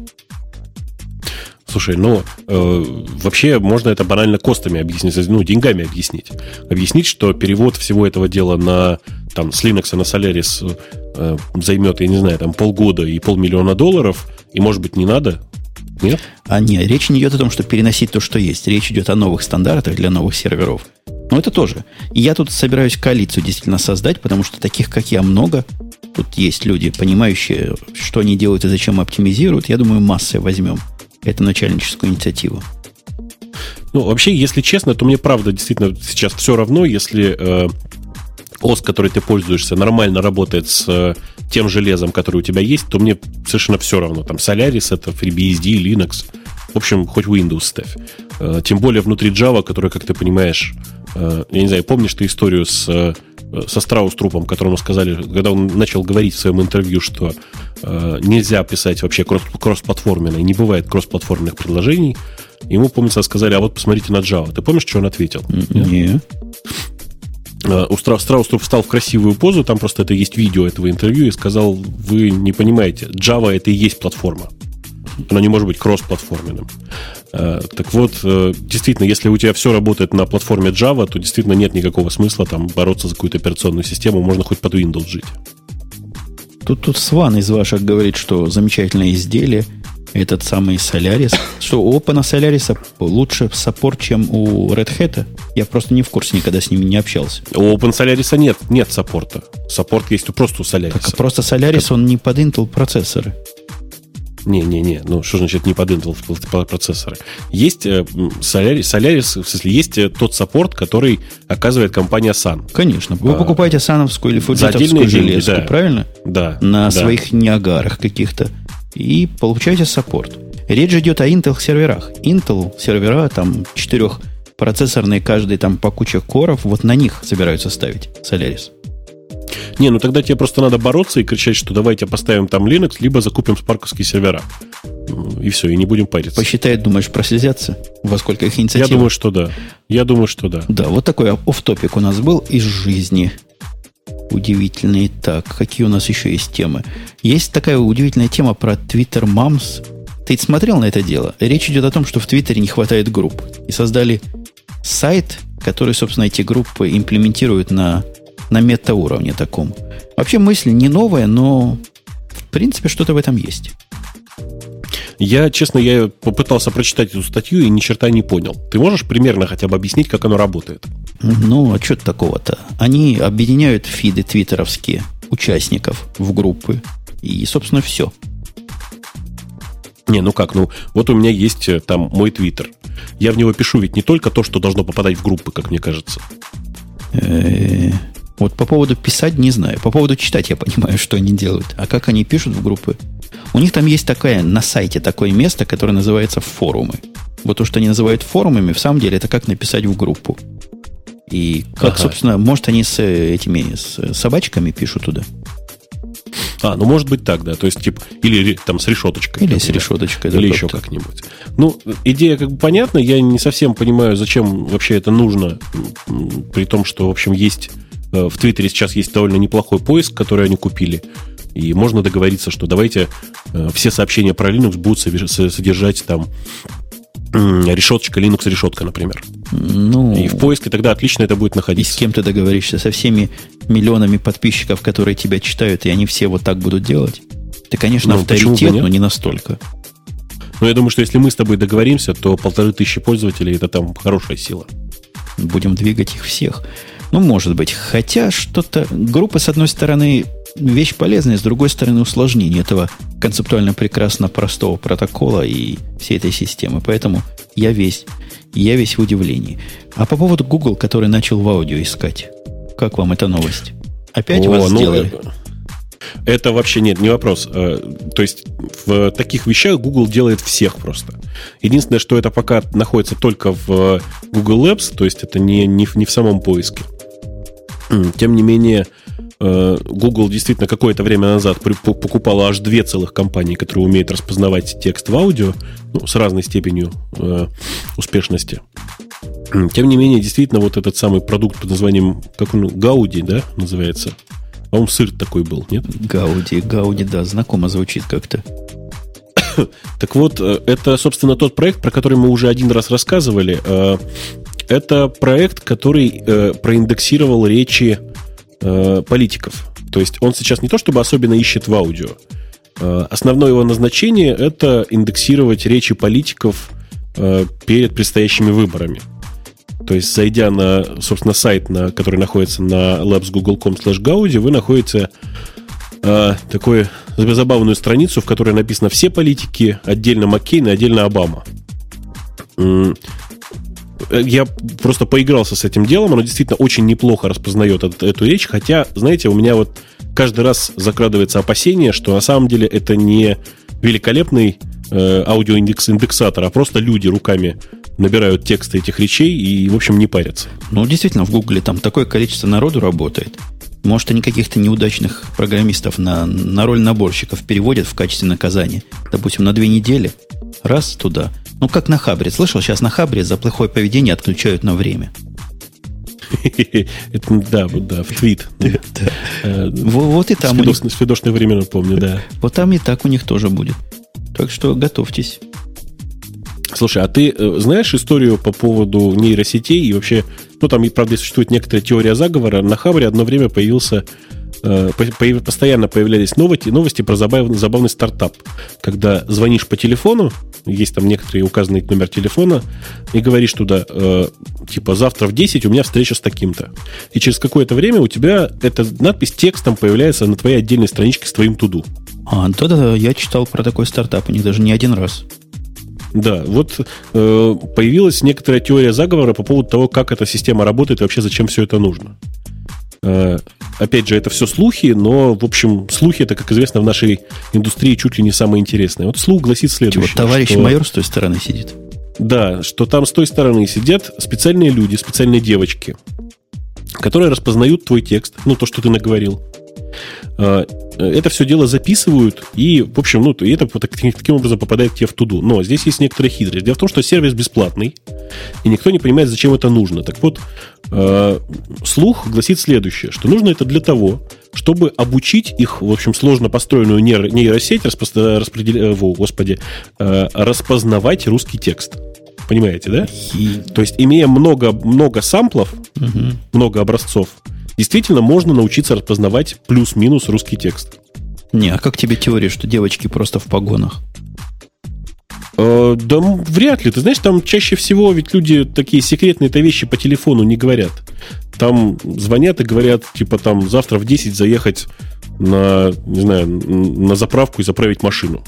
B: Слушай, ну, вообще можно это банально костами объяснить, ну, деньгами объяснить. Объяснить, что перевод всего этого дела с Linux на Solaris займет, я не знаю, там полгода и $500 000, и, может быть, не надо? Нет?
A: Нет, речь не идет о том, что переносить то, что есть. Речь идет о новых стандартах для новых серверов. Но это тоже. И я тут собираюсь коалицию действительно создать, потому что таких, как я, много. Тут есть люди, понимающие, что они делают и зачем оптимизируют. Я думаю, массой возьмем эту начальническую инициативу.
B: Ну, вообще, если честно, то мне правда действительно сейчас все равно, если ОС, который ты пользуешься, нормально работает с тем железом, которое у тебя есть, то мне совершенно все равно. Там Solaris, это FreeBSD, Linux. В общем, хоть Windows ставь. Тем более внутри Java, которая, как ты понимаешь, я не знаю, помнишь ты историю со Страус-Трупом, которому сказали, когда он начал говорить в своем интервью, что нельзя писать вообще кроссплатформенно, и не бывает кроссплатформенных предложений, ему, помнится, сказали, а вот посмотрите на Java. Ты помнишь, что он ответил?
A: Нет.
B: Страус-Труп встал в красивую позу, там просто это есть видео этого интервью, и сказал, вы не понимаете, Java это и есть платформа. Оно не может быть кроссплатформенным. Так вот, действительно, если у тебя все работает на платформе Java, то действительно нет никакого смысла там бороться за какую-то операционную систему, можно хоть под Windows жить. Тут
A: Сван из ваших говорит, что замечательное изделие, этот самый Solaris, что у Open Solaris лучше саппорт, чем у Red Hat. Я просто не в курсе, никогда с ними не общался.
B: У Open Solaris нет саппорта. Саппорт есть просто у Solaris.
A: Так, просто Solaris, он не под Intel процессоры.
B: Не. Ну, что значит не под Intel процессоры? Есть Solaris, в смысле, есть тот саппорт, который оказывает компания Sun.
A: Конечно. Вы покупаете сановскую или фуджитовскую железку, да. Правильно?
B: Да.
A: На своих Ниагарах каких-то. И получаете саппорт. Речь идет о Intel серверах. Intel сервера, там, 4-процессорные, каждый там по куче коров, вот на них собираются ставить Solaris.
B: Не, ну тогда тебе просто надо бороться и кричать, что давайте поставим там Linux, либо закупим спарковские сервера. И все, и не будем париться.
A: Посчитает, думаешь, прослезятся? Во сколько их инициатив?
B: Я думаю, что да.
A: Да, вот такой офф-топик у нас был из жизни. Удивительный. Так, какие у нас еще есть темы? Есть такая удивительная тема про Twitter Moms. Ты смотрел на это дело? Речь идет о том, что в Твиттере не хватает групп. И создали сайт, который, собственно, эти группы имплементирует на на метауровне таком. Вообще мысль не новая, но в принципе что-то в этом есть.
B: Я попытался прочитать эту статью и ни черта не понял. Ты можешь примерно хотя бы объяснить, как оно работает?
A: Ну, а что такого-то? Они объединяют фиды твиттеровские участников в группы. И, собственно, все.
B: Не, ну как, вот у меня есть там мой твиттер. Я в него пишу ведь не только то, что должно попадать в группы, как мне кажется.
A: Вот по поводу писать не знаю. По поводу читать я понимаю, что они делают. А как они пишут в группы? У них там есть на сайте такое место, которое называется форумы. Вот то, что они называют форумами, в самом деле это как написать в группу. И как, собственно, может, они с собачками пишут туда.
B: Ну, может быть так, да. То есть, типа, или там с решеточкой.
A: Или с решеточкой, да.
B: Или еще как-нибудь. Ну, идея как бы понятна. Я не совсем понимаю, зачем вообще это нужно. При том, что, в общем, есть в Твиттере сейчас есть довольно неплохой поиск, который они купили. И можно договориться, что давайте все сообщения про Linux будут содержать там решеточка, Linux решетка, например.
A: Ну,
B: и в поиске тогда отлично это будет находиться.
A: И с кем ты договоришься? Со всеми миллионами подписчиков, которые тебя читают, и они все вот так будут делать? Ты, конечно, авторитет, но не настолько.
B: Но я думаю, что если мы с тобой договоримся, то 1500 пользователей – это там хорошая сила.
A: Будем двигать их всех. Ну, может быть. Хотя что-то... Группа, с одной стороны, вещь полезная, с другой стороны, усложнение этого концептуально прекрасно простого протокола и всей этой системы. Поэтому я весь в удивлении. А по поводу Google, который начал в аудио искать, как вам эта новость? Опять вас сделали?
B: Это вообще не вопрос. То есть в таких вещах Google делает всех просто. Единственное, что это пока находится только в Google Labs, то есть это не в самом поиске. Тем не менее, Google действительно какое-то время назад покупала аж 2 целых компании, которые умеют распознавать текст в аудио, с разной степенью успешности. Тем не менее, действительно, вот этот самый продукт под названием, как он, Гауди, да, называется? По-моему, сыр такой был, нет?
A: Гауди, да, знакомо звучит как-то.
B: Так вот, это, собственно, тот проект, про который мы уже один раз рассказывали. Это проект, который проиндексировал речи политиков. То есть он сейчас не то чтобы особенно ищет в аудио. Основное его назначение – это индексировать речи политиков перед предстоящими выборами. То есть, зайдя на, собственно, сайт, который находится на labs.google.com/gaudi, вы находите такую забавную страницу, в которой написано «Все политики», отдельно Маккейн и отдельно Обама. Я просто поигрался с этим делом, оно действительно очень неплохо распознает эту речь, хотя, знаете, у меня вот каждый раз закрадывается опасение, что на самом деле это не великолепный аудиоиндексатор, а просто люди руками набирают тексты этих речей и, в общем, не парятся.
A: Ну, действительно, в Гугле там такое количество народу работает. Может, они каких-то неудачных программистов на роль наборщиков переводят в качестве наказания. Допустим, на 2 недели. Раз туда. Ну, как на Хабре. Слышал, сейчас на Хабре за плохое поведение отключают на время.
B: Да, в твит.
A: Вот и там.
B: С фидошных времен помню, да.
A: Вот там и так у них тоже будет. Так что готовьтесь.
B: Слушай, а ты знаешь историю по поводу нейросетей и вообще, там, правда, существует некоторая теория заговора. На Хабре одно время постоянно появлялись новости про забавный стартап. Когда звонишь по телефону, есть там некоторый указанный номер телефона, и говоришь туда, типа, завтра в 10 у меня встреча с таким-то. И через какое-то время у тебя эта надпись текстом появляется на твоей отдельной страничке с твоим туду.
A: Да, я читал про такой стартап, у них даже не один раз.
B: Да, вот появилась некоторая теория заговора по поводу того, как эта система работает и вообще зачем все это нужно. Опять же, это все слухи, но, в общем, слухи, это, как известно, в нашей индустрии чуть ли не самое интересное. Вот слух гласит следующее.
A: Вот товарищ майор с той стороны сидит.
B: Да, что там с той стороны сидят специальные люди, специальные девочки, которые распознают твой текст, то, что ты наговорил. Это все дело записывают, и, в общем, и это таким образом попадает к тебе в туду. Но здесь есть некоторая хитрость. Дело в том, что сервис бесплатный, и никто не понимает, зачем это нужно. Так вот, слух гласит следующее, что нужно это для того, чтобы обучить их, в общем, сложно построенную нейросеть распознавать русский текст. Понимаете, да? То есть, имея много самплов, много образцов, действительно можно научиться распознавать плюс-минус русский текст.
A: Не, а как тебе теория, что девочки просто в погонах?
B: Да вряд ли. Ты знаешь, там чаще всего ведь люди такие секретные-то вещи по телефону не говорят. Там звонят и говорят, типа, там завтра в 10 заехать на, не знаю, на заправку и заправить машину.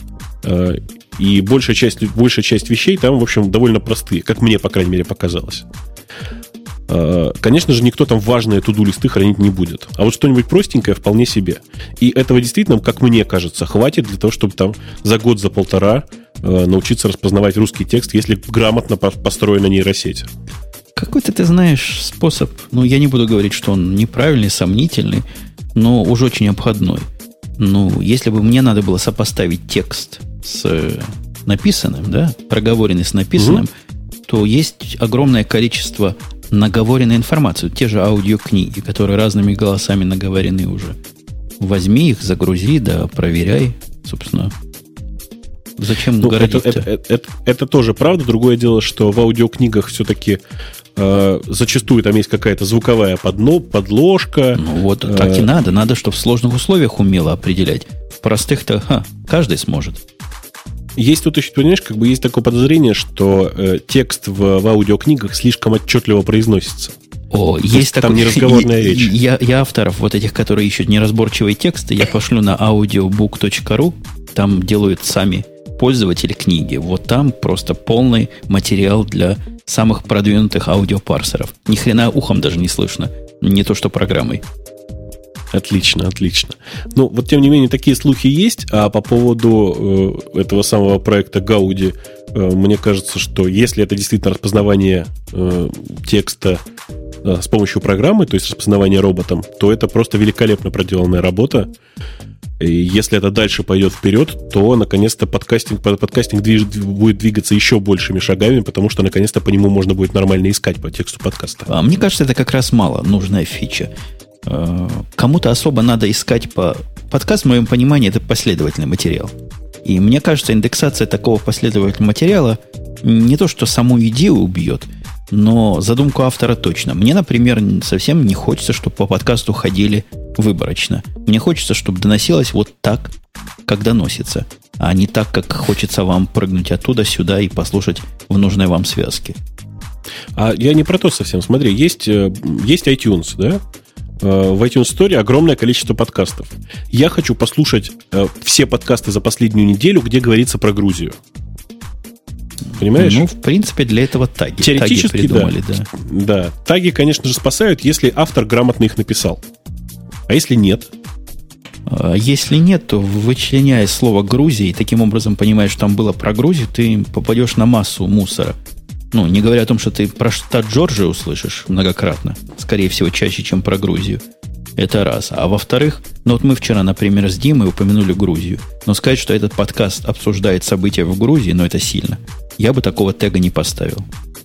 B: И большая часть вещей там, в общем, довольно простые, как мне, по крайней мере, показалось. Конечно же, никто там важные to-do-листы хранить не будет. А вот что-нибудь простенькое вполне себе. И этого действительно, как мне кажется, хватит для того, чтобы там за год, за полтора научиться распознавать русский текст, если грамотно построена нейросеть.
A: Какой-то, ты знаешь, способ, ну, я не буду говорить, что он неправильный, сомнительный, но уже очень обходной. Ну, если бы мне надо было сопоставить текст с написанным, да, проговоренный с написанным, то есть огромное количество наговоренной информации. Те же аудиокниги, которые разными голосами наговорены уже. Возьми их, загрузи, да проверяй, собственно. Зачем городить-то?
B: Это тоже правда. Другое дело, что в аудиокнигах все-таки зачастую там есть какая-то звуковая подложка.
A: Ну вот так и надо. Надо, чтобы в сложных условиях умело определять. В простых-то каждый сможет.
B: Есть тут еще, понимаешь, как бы есть такое подозрение, что текст в аудиокнигах слишком отчетливо произносится.
A: Есть такое.
B: Там неразговорная речь.
A: Я авторов вот этих, которые ищут неразборчивые тексты, я пошлю на audiobook.ru. Там делают сами пользователи книги. Вот там просто полный материал для самых продвинутых аудиопарсеров. Ни хрена ухом даже не слышно. Не то, что программой.
B: Отлично, отлично. Ну, вот тем не менее, такие слухи есть. А по поводу этого самого проекта Гауди, мне кажется, что если это действительно распознавание текста с помощью программы, то есть распознавание роботом, то это просто великолепно проделанная работа. И если это дальше пойдет вперед, то, наконец-то, подкастинг будет двигаться еще большими шагами, потому что, наконец-то, по нему можно будет нормально искать по тексту подкаста.
A: А мне кажется, это как раз мало нужная фича. Кому-то особо надо искать по... Подкаст, в моем понимании, это последовательный материал. И мне кажется, индексация такого последовательного материала не то, что саму идею убьет, но задумку автора точно. Мне, например, совсем не хочется, чтобы по подкасту ходили выборочно. Мне хочется, чтобы доносилось вот так, как доносится, а не так, как хочется вам прыгнуть оттуда сюда и послушать в нужной вам связке.
B: А я не про то совсем. Смотри, есть iTunes, да? В iTunes Store огромное количество подкастов. Я хочу послушать все подкасты за последнюю неделю, где говорится про Грузию. Понимаешь?
A: Ну, в принципе, для этого таги.
B: Теоретически,
A: таги придумали, да.
B: Да. Таги, конечно же, спасают, если автор грамотно их написал. А если нет?
A: Если нет, то, вычленяя слово «Грузия» и таким образом понимаешь, что там было про Грузию, ты попадешь на массу мусора. Ну, не говоря о том, что ты про штат Джорджия услышишь многократно. Скорее всего, чаще, чем про Грузию. Это раз. А во-вторых, ну вот мы вчера, например, с Димой упомянули Грузию. Но сказать, что этот подкаст обсуждает события в Грузии, ну это сильно. Я бы такого тега не поставил.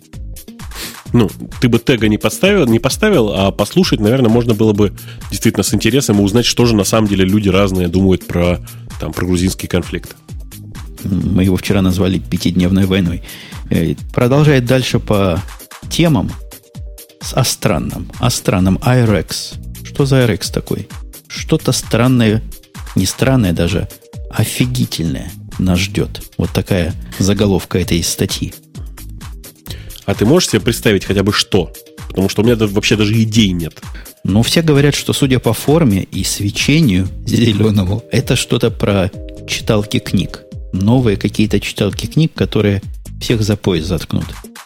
B: Ну, ты бы тега не поставил, а послушать, наверное, можно было бы действительно с интересом и узнать, что же на самом деле люди разные думают про грузинский конфликт.
A: Мы его вчера назвали «пятидневной войной». Продолжает дальше по темам о странном. О странном IRX. Что за IRX такой? Что-то странное, не странное даже, офигительное нас ждет. Вот такая заголовка этой статьи.
B: А ты можешь себе представить хотя бы что? Потому что у меня вообще даже идей нет.
A: Ну, все говорят, что, судя по форме и свечению зеленому, это что-то про читалки книг. Новые какие-то читалки книг, которые всех за пояс заткнут.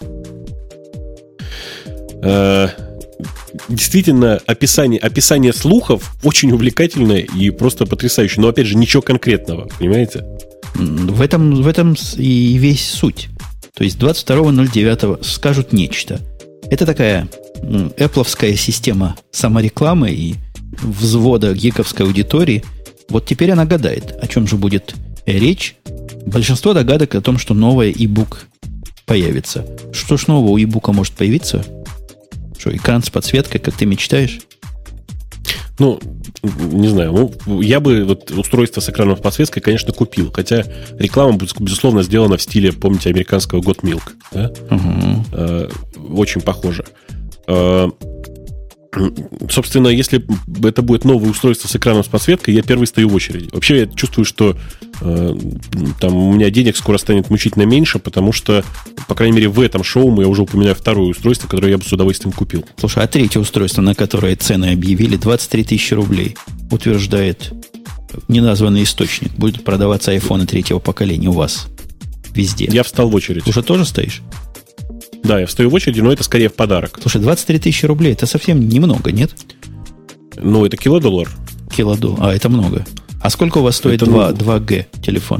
B: Действительно, описание слухов очень увлекательное и просто потрясающее. Но, опять же, ничего конкретного, понимаете?
A: В этом и весь суть. То есть 22.09 скажут нечто. Это такая Apple'овская система саморекламы и взвода гиковской аудитории. Вот теперь она гадает, о чем же будет речь. Большинство догадок о том, что новый e-book появится. Что ж нового у e-book может появиться? Что, экран с подсветкой, как ты мечтаешь?
B: Ну, не знаю. Ну, я бы вот устройство с экраном с подсветкой, конечно, купил. Хотя реклама, безусловно, сделана в стиле, помните, американского Got Milk. Да?
A: Угу.
B: Очень похоже. Собственно, если это будет новое устройство с экраном с подсветкой, я первый стою в очереди. Вообще, я чувствую, что там у меня денег скоро станет мучительно меньше, потому что, по крайней мере, в этом шоу я уже упоминаю второе устройство, которое я бы с удовольствием купил.
A: Слушай, а третье устройство, на которое цены объявили, 23 тысячи рублей, утверждает неназванный источник. Будет продаваться айфоны третьего поколения у вас везде.
B: Я встал в очередь.
A: Уже тоже стоишь?
B: Да, я встаю в очереди, но это скорее в подарок.
A: Слушай, 23 тысячи рублей, это совсем немного, нет?
B: Ну, это килодоллар.
A: Килодоллар, это много. А сколько у вас стоит 2G телефон?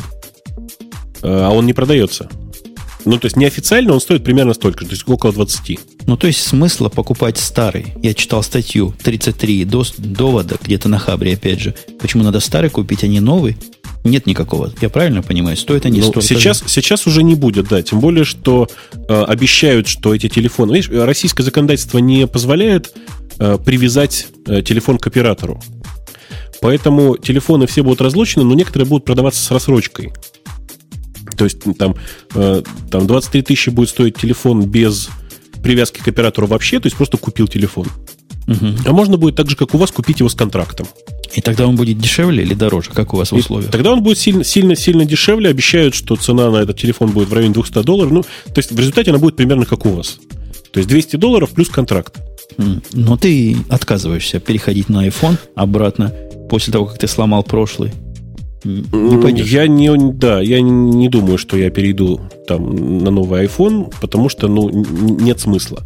B: А он не продается. Ну, то есть неофициально он стоит примерно столько же, то есть около 20.
A: Ну, то есть смысла покупать старый. Я читал статью 33 довода, где-то на Хабре, опять же. Почему надо старый купить, а не новый? Нет никакого. Я правильно понимаю? Стоят они столько же.
B: Сейчас уже не будет, да. Тем более, что обещают, что эти телефоны... Видишь, российское законодательство не позволяет привязать телефон к оператору. Поэтому телефоны все будут разлучены, но некоторые будут продаваться с рассрочкой. То есть там 23 тысячи будет стоить телефон без привязки к оператору вообще, то есть просто купил телефон. Угу. А можно будет так же, как у вас, купить его с контрактом.
A: И тогда он будет дешевле или дороже, как у вас в условиях?
B: Тогда он будет сильно дешевле. Обещают, что цена на этот телефон будет в районе $200. Ну, то есть в результате она будет примерно как у вас. То есть $200 плюс контракт.
A: Но ты отказываешься переходить на iPhone обратно после того, как ты сломал прошлый. Не пойдешь?
B: Я не думаю, что я перейду там на новый iPhone, потому что нет смысла.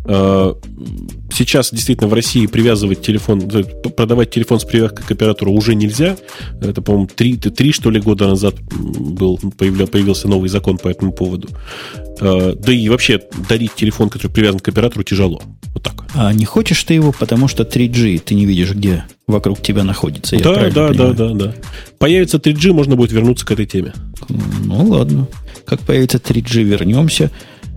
B: Сейчас действительно в России привязывать телефон, продавать телефон с привязкой к оператору уже нельзя. Это, по-моему, 3 что ли, года назад появился новый закон по этому поводу. Да и вообще дарить телефон, который привязан к оператору, тяжело. Вот так.
A: А не хочешь ты его, потому что 3G ты не видишь, где вокруг тебя находится?
B: Да. Появится 3G, можно будет вернуться к этой теме.
A: Ну, ладно. Как появится 3G, вернемся.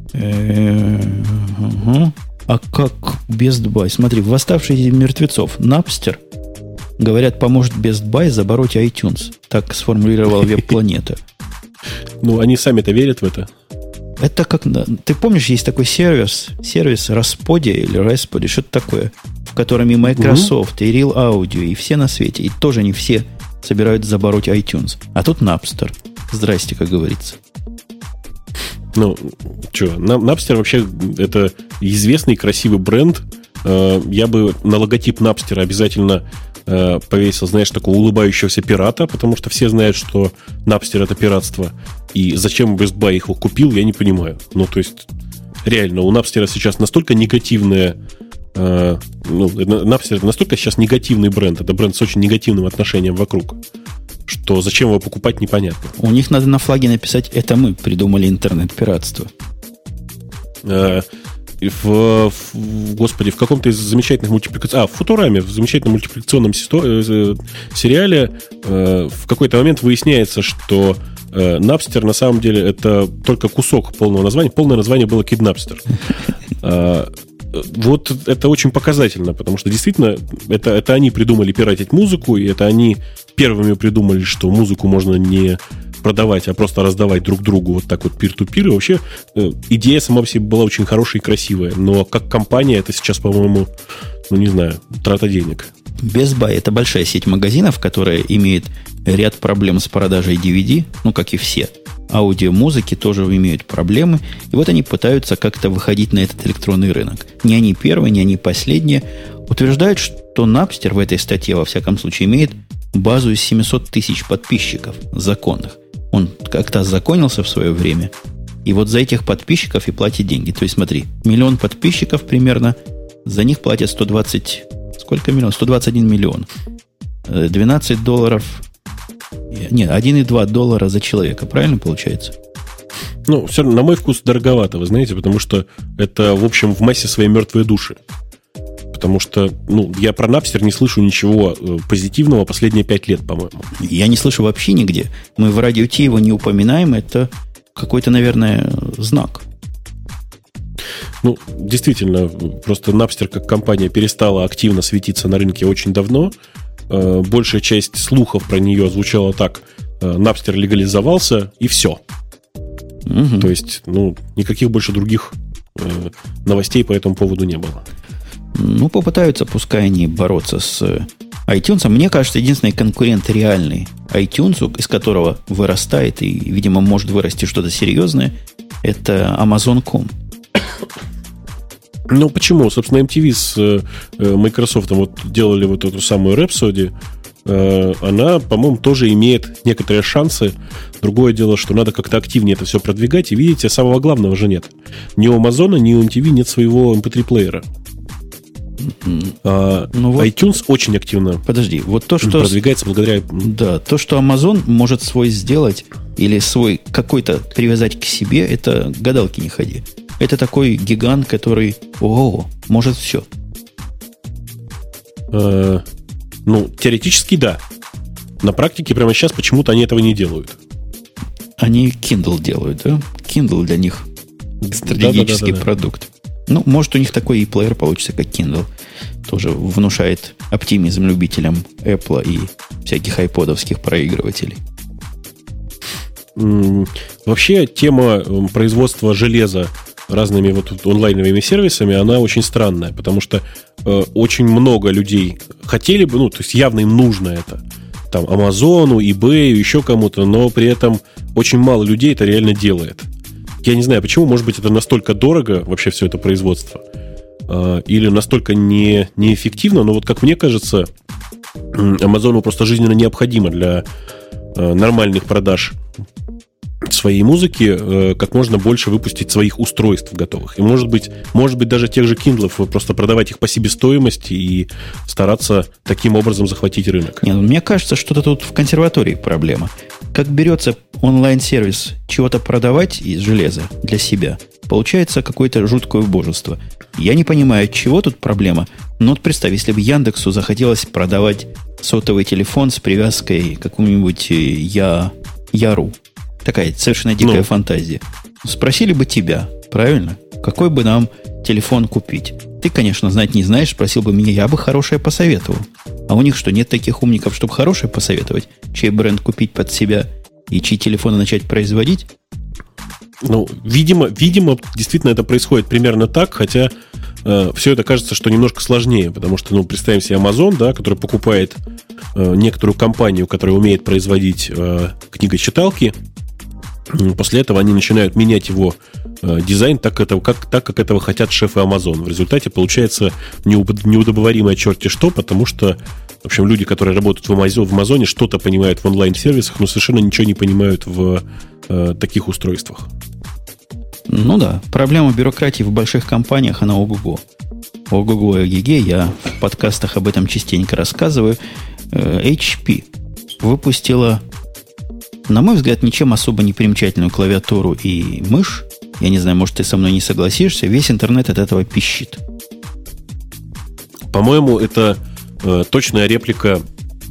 A: А как Best Buy? Смотри, в «Восставшие мертвецов» Napster, говорят, поможет Best Buy забороть iTunes. Так сформулировала Веб-планета.
B: Ну, они сами-то верят в это.
A: Это как... Ты помнишь, есть такой сервис Raspody или Raspody, что-то такое, в котором и Microsoft, и Real Audio, и все на свете, и тоже не все собираются забороть iTunes. А тут Napster. Здрасте, как говорится.
B: Ну, что, Napster вообще это известный красивый бренд. Я бы на логотип Napster обязательно повесил, знаешь, такого улыбающегося пирата, потому что все знают, что Napster — это пиратство. И зачем Best Buy их купил, я не понимаю. Ну, то есть, реально, у Napster сейчас настолько негативная... Napster — это настолько сейчас негативный бренд. Это бренд с очень негативным отношением вокруг, что зачем его покупать, непонятно.
A: У них надо на флаге написать: это мы придумали интернет-пиратство.
B: Господи, в каком-то из замечательных мультипликационных... в Футураме, в замечательном мультипликационном сериале в какой-то момент выясняется, что Napster на самом деле это только кусок полного названия. Полное название было Kidnapster. Вот это очень показательно, потому что действительно это они придумали пиратить музыку, и это они первыми придумали, что музыку можно не продавать, а просто раздавать друг другу вот так вот пир-ту-пир. И вообще идея сама по себе была очень хорошая и красивая, но как компания это сейчас, по-моему, не знаю, трата денег.
A: Best Buy — это большая сеть магазинов, которая имеет ряд проблем с продажей DVD, как и все. Аудиомузыки тоже имеют проблемы. И вот они пытаются как-то выходить на этот электронный рынок. Не они первые, не они последние. Утверждают, что Napster в этой статье, во всяком случае, имеет базу из 700 тысяч подписчиков законных. Он как-то озаконился в свое время. И вот за этих подписчиков и платит деньги. То есть, смотри, 1 миллион подписчиков примерно, за них платят 120... Сколько миллионов? 121 миллион. $12... Нет, $1,2 за человека. Правильно получается?
B: Ну, все равно, на мой вкус, дороговато, вы знаете, потому что это, в общем, в массе своей мертвые души. Потому что, я про Napster не слышу ничего позитивного последние 5 лет, по-моему.
A: Я не слышу вообще нигде. Мы в Радио Ти его не упоминаем. Это какой-то, наверное, знак.
B: Действительно, просто Napster как компания перестала активно светиться на рынке очень давно. Большая часть слухов про нее звучала так: Napster легализовался, и все. Угу. То есть, никаких больше других новостей по этому поводу не было.
A: Ну, попытаются, пускай они бороться с iTunes. Мне кажется, единственный конкурент реальный iTunes, из которого вырастает и, видимо, может вырасти что-то серьезное, это Amazon.com.
B: Ну, почему? Собственно, MTV с Microsoft вот делали вот эту самую Rhapsody. Она, по-моему, тоже имеет некоторые шансы. Другое дело, что надо как-то активнее это все продвигать. И видите, самого главного же нет. Ни у Amazon, ни у MTV нет своего MP3-плеера. Вот, iTunes очень активно продвигается благодаря...
A: Да, то, что Amazon может свой сделать или свой какой-то привязать к себе, это гадалки не ходи. Это такой гигант, который может все.
B: Ну, теоретически да. На практике прямо сейчас почему-то они этого не делают.
A: Они Kindle делают, да? Kindle для них стратегический продукт. Ну, может, у них такой и плеер получится, как Kindle. Тоже внушает оптимизм любителям Apple и всяких айподовских проигрывателей.
B: Вообще, тема производства железа разными вот онлайновыми сервисами, она очень странная, потому что очень много людей хотели бы, то есть явно им нужно это, там, Амазону, eBay, еще кому-то, но при этом очень мало людей это реально делает. Я не знаю, почему, может быть, это настолько дорого, вообще все это производство, или настолько неэффективно, но вот как мне кажется, Амазону просто жизненно необходимо для нормальных продаж своей музыки как можно больше выпустить своих устройств готовых. И может быть даже тех же Kindle просто продавать их по себестоимости и стараться таким образом захватить рынок.
A: Нет, мне кажется, что-то тут в консерватории проблема. Как берется онлайн-сервис чего-то продавать из железа для себя, получается какое-то жуткое убожество. Я не понимаю, от чего тут проблема. Но вот представь, если бы Яндексу захотелось продавать сотовый телефон с привязкой к какому-нибудь Яру. Такая совершенно дикая фантазия. Спросили бы тебя, правильно? Какой бы нам телефон купить? Ты, конечно, знать не знаешь, спросил бы меня, я бы хорошее посоветовал. А у них что, нет таких умников, чтобы хорошее посоветовать? Чей бренд купить под себя и чьи телефоны начать производить?
B: Ну, видимо, действительно это происходит примерно так, хотя все это кажется, что немножко сложнее, потому что, представим себе Amazon, да, который покупает некоторую компанию, которая умеет производить книгочиталки. После этого они начинают менять его дизайн так, как этого хотят шефы Amazon. В результате получается неудобоваримое черти что, потому что, в общем, люди, которые работают в Амазоне, что-то понимают в онлайн-сервисах, но совершенно ничего не понимают в таких устройствах.
A: Ну да, проблема бюрократии в больших компаниях, она ого-го. Ого-го и ого-ге, я в подкастах об этом частенько рассказываю. HP выпустила, на мой взгляд, ничем особо не примечательную клавиатуру и мышь. Я не знаю, может, ты со мной не согласишься. Весь интернет от этого пищит.
B: По-моему, это точная реплика,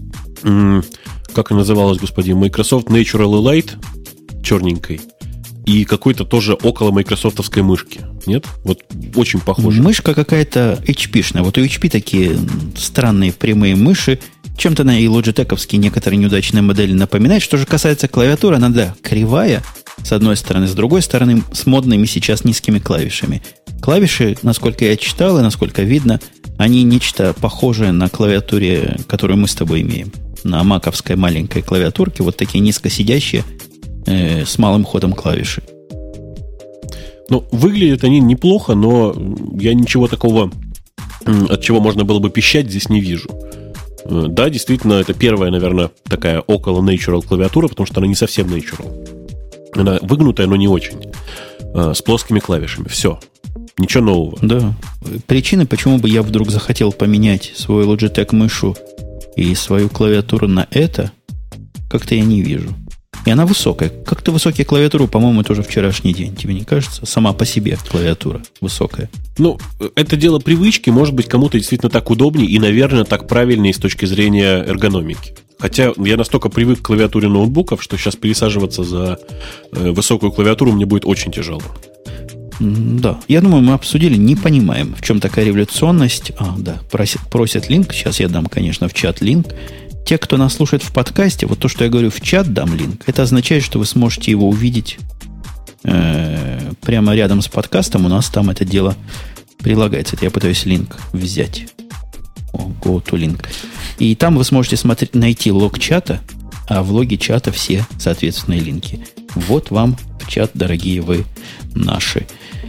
B: как она называлась, господи, Microsoft Natural Light, черненькой, и какой-то тоже около майкрософтовской мышки. Нет? Вот очень похоже.
A: Мышка какая-то HP-шная. Вот у HP такие странные прямые мыши. Чем-то на и лоджитековские некоторые неудачные модели напоминает. Что же касается клавиатуры, она, да, кривая, с одной стороны, с другой стороны, с модными сейчас низкими клавишами. Клавиши, насколько я читал и насколько видно, они нечто похожее на клавиатуре, которую мы с тобой имеем. На маковской маленькой клавиатурке, вот такие низкосидящие, с малым ходом клавиши.
B: Ну, выглядят они неплохо, но я ничего такого, от чего можно было бы пищать, здесь не вижу. Да, действительно, это первая, наверное, такая около natural клавиатура, потому что она не совсем natural. Она выгнутая, но не очень. С плоскими клавишами. Все. Ничего нового.
A: Да. Причины, почему бы я вдруг захотел поменять свою Logitech мышу и свою клавиатуру на это, как-то я не вижу. И она высокая. Как-то высокие клавиатуры, по-моему, тоже вчерашний день. Тебе не кажется? Сама по себе клавиатура высокая.
B: Ну, это дело привычки. Может быть, кому-то действительно так удобнее и, наверное, так правильнее с точки зрения эргономики. Хотя я настолько привык к клавиатуре ноутбуков, что сейчас пересаживаться за высокую клавиатуру мне будет очень тяжело.
A: Да. Я думаю, мы обсудили, не понимаем, в чем такая революционность. Да, просят линк. Сейчас я дам, конечно, в чат линк. Те, кто нас слушает в подкасте, вот то, что я говорю, в чат дам линк, это означает, что вы сможете его увидеть прямо рядом с подкастом. У нас там это дело Прилагается. Это я пытаюсь линк взять. Go to link. И там вы сможете найти лог чата, а в логе чата все соответственные линки. Вот вам в чат, дорогие вы наши.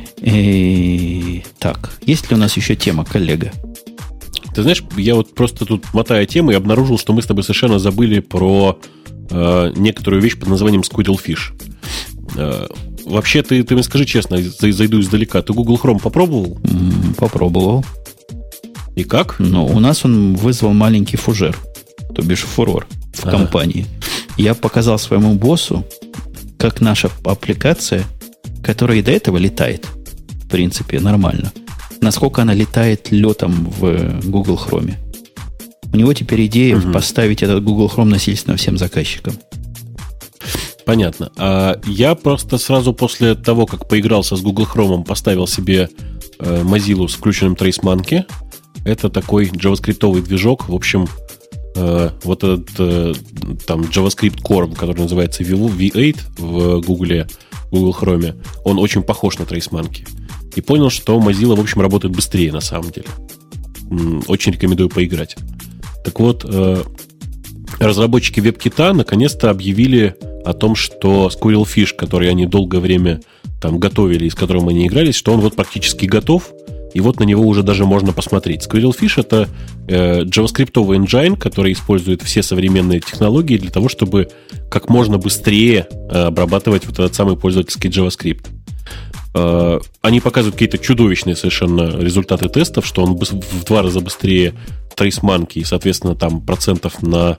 A: Так, есть ли у нас еще тема, коллега?
B: Ты знаешь, я вот просто тут, мотая тему, и обнаружил, что мы с тобой совершенно забыли про некоторую вещь под названием Squirrelfish. Вообще, ты мне скажи честно, зайду издалека, ты Google Chrome попробовал?
A: Попробовал.
B: И как?
A: Ну, у нас он вызвал маленький фужер, то бишь фурор в компании. Я показал своему боссу, как наша аппликация, которая и до этого летает, в принципе, нормально, насколько она летает летом в Google Chrome. У него теперь идея поставить этот Google Chrome насильственно всем заказчикам.
B: Понятно. Я просто сразу после того, как поигрался с Google Chrome, поставил себе Mozilla с включенным Trace Monkey. Это такой JavaScript-овый движок. В общем, вот этот там JavaScript Core, который называется V8 в Google Chrome, он очень похож на Trace Monkey. И понял, что Mozilla, в общем, работает быстрее на самом деле. Очень рекомендую поиграть. Так вот, разработчики WebKit наконец-то объявили о том, что Squirrelfish, который они долгое время там готовили и с которым они игрались, что он вот практически готов, и вот на него уже даже можно посмотреть. Squirrelfish — это JavaScript-овый engine, который использует все современные технологии для того, чтобы как можно быстрее обрабатывать вот этот самый пользовательский JavaScript. Они показывают какие-то чудовищные совершенно результаты тестов, что он в 2 раза быстрее Trace Monkey, и, соответственно, там процентов на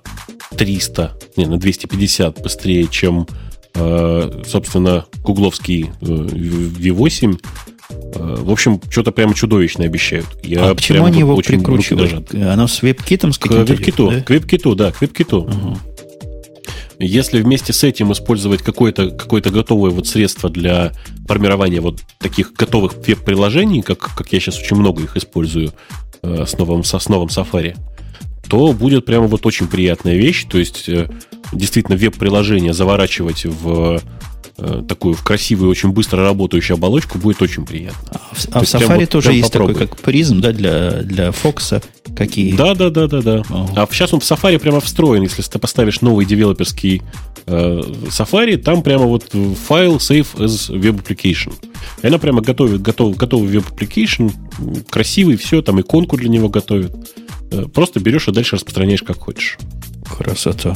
B: 250 быстрее, чем, собственно, гугловский V8. В общем, что-то прямо чудовищное обещают.
A: А к чему они его прикручивают? Оно с WebKit?
B: К WebKit, да, к WebKit. Если вместе с этим использовать какое-то готовое вот средство для формирования вот таких готовых веб-приложений, как я сейчас очень много их использую с новым Safari, то будет прямо вот очень приятная вещь. То есть, действительно, веб-приложение заворачивать в такую в красивую, очень быстро работающую оболочку будет очень приятно.
A: А в Safari тоже есть такой, как Prism, да, для Fox. Какие?
B: Да. А сейчас он в Safari прямо встроен. Если ты поставишь новый девелоперский Safari, там прямо вот файл Save as Web Application. И она прямо готовый Web Application, красивый, все, там иконку для него готовит. Просто берешь и дальше распространяешь как хочешь.
A: Красота.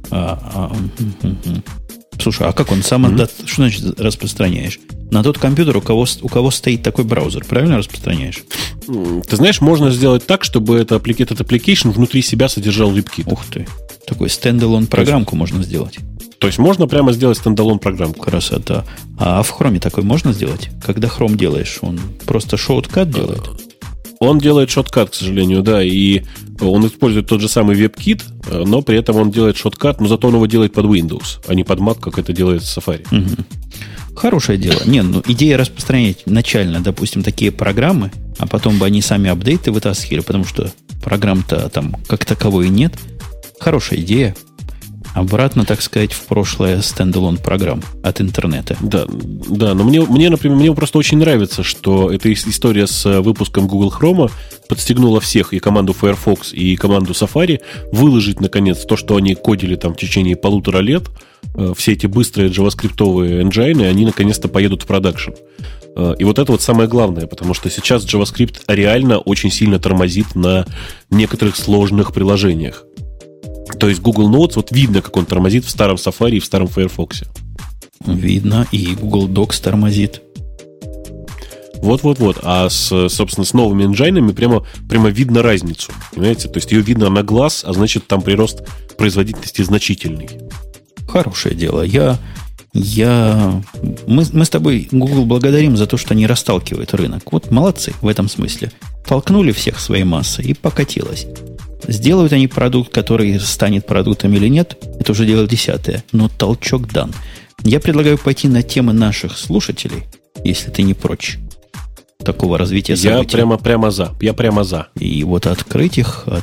A: Слушай, а как он сам что значит распространяешь? На тот компьютер, у кого стоит такой браузер, правильно распространяешь?
B: Ты знаешь, можно сделать так, чтобы этот application внутри себя содержал WebKit.
A: Ух ты. Такой стендалон программку можно сделать.
B: То есть можно прямо сделать стендалон программку.
A: Красота. А в Chrome такой можно сделать? Когда Chrome делаешь, он просто шорткат делает?
B: Он делает шорткат, к сожалению, да, и он использует тот же самый WebKit, но при этом он делает шорткат, но зато он его делает под Windows, а не под Mac, как это делает Safari.
A: Хорошее дело. Идея распространять начально, допустим, такие программы, а потом бы они сами апдейты вытаскивали, потому что программ-то там как таковой нет. Хорошая идея. Обратно, так сказать, в прошлое стендалон программ от интернета.
B: Да, но мне, например, мне просто очень нравится, что эта история с выпуском Google Chrome подстегнула всех, и команду Firefox, и команду Safari, выложить, наконец, то, что они кодили там в течение 1,5 лет. Все эти быстрые JavaScript-овые engine, они наконец-то поедут в продакшн. И вот это вот самое главное, потому что сейчас JavaScript реально очень сильно тормозит на некоторых сложных приложениях. То есть Google Notes, вот видно, как он тормозит в старом Safari и в старом Firefox.
A: Видно, и Google Docs тормозит.
B: Вот. А собственно, с новыми энджайнами прямо видно разницу. Понимаете? То есть ее видно на глаз, а значит, там прирост производительности значительный.
A: Хорошее дело. Мы с тобой Google благодарим за то, что они расталкивают рынок. Вот молодцы в этом смысле. Толкнули всех своей массой и покатилось. Сделают они продукт, который станет продуктом или нет, это уже дело 10. Но толчок дан. Я предлагаю пойти на темы наших слушателей, если ты не прочь такого развития событий.
B: Я прямо за.
A: И вот открыть.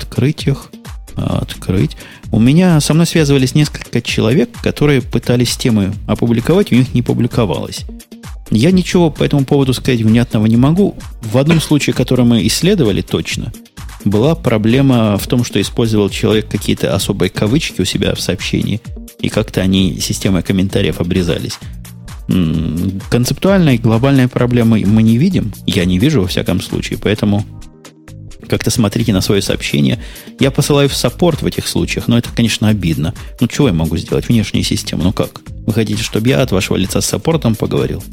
A: У меня со мной связывались несколько человек, которые пытались темы опубликовать, у них не публиковалось. Я ничего по этому поводу сказать внятного не могу. В одном случае, который мы исследовали точно, была проблема в том, что использовал человек какие-то особые кавычки у себя в сообщении, и как-то они системой комментариев обрезались. Концептуальной, глобальной проблемы мы не видим. Я не вижу, во всяком случае. Поэтому как-то смотрите на свое сообщение. Я посылаю в саппорт в этих случаях, но это, конечно, обидно. Ну, чего я могу сделать? Внешняя система. Ну как? Вы хотите, чтобы я от вашего лица с саппортом поговорил?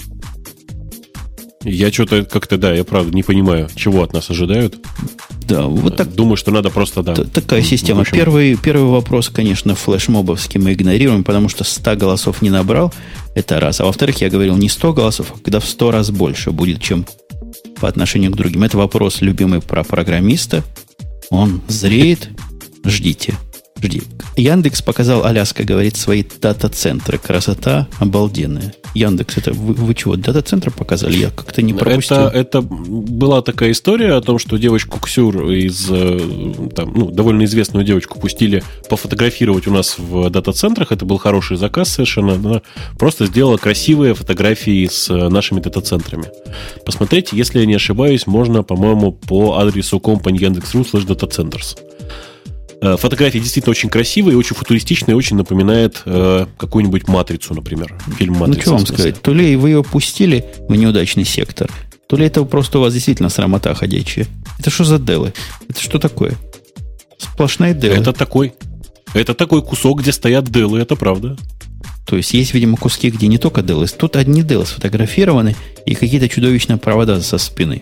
B: Я что-то как-то, да, я правда не понимаю, чего от нас ожидают.
A: Да, вот так.
B: Думаю, что надо просто, да.
A: Такая система.
B: общем...
A: Первый вопрос, конечно, флешмобовский мы игнорируем, потому что 100 голосов не набрал. Это раз. А во-вторых, я говорил не 100 голосов, а когда в 100 раз больше будет, чем по отношению к другим. Это вопрос любимый про программиста. Он зреет. Ждите. Яндекс показал, Аляска говорит, свои дата-центры. Красота обалденная. Яндекс, это вы чего, дата-центры показали? Я как-то не пропустил.
B: Это была такая история о том, что девочку Ксюр из довольно известную девочку пустили пофотографировать у нас в дата-центрах. Это был хороший заказ совершенно. Она просто сделала красивые фотографии с нашими дата-центрами. Посмотрите, если я не ошибаюсь, можно, по-моему, по адресу company.yandex.ru/datacenters. Фотографии действительно очень красивые, очень футуристичные, очень напоминает какую-нибудь «Матрицу», например. Фильм «Матрица».
A: Ну, что вам сказать? То ли вы ее пустили в неудачный сектор, то ли это просто у вас действительно срамота ходячая. Это что за делы? Это что такое? Сплошная делы.
B: Это такой кусок, где стоят делы, это правда.
A: То есть, видимо, куски, где не только делы. Тут одни делы сфотографированы и какие-то чудовищные провода со спины.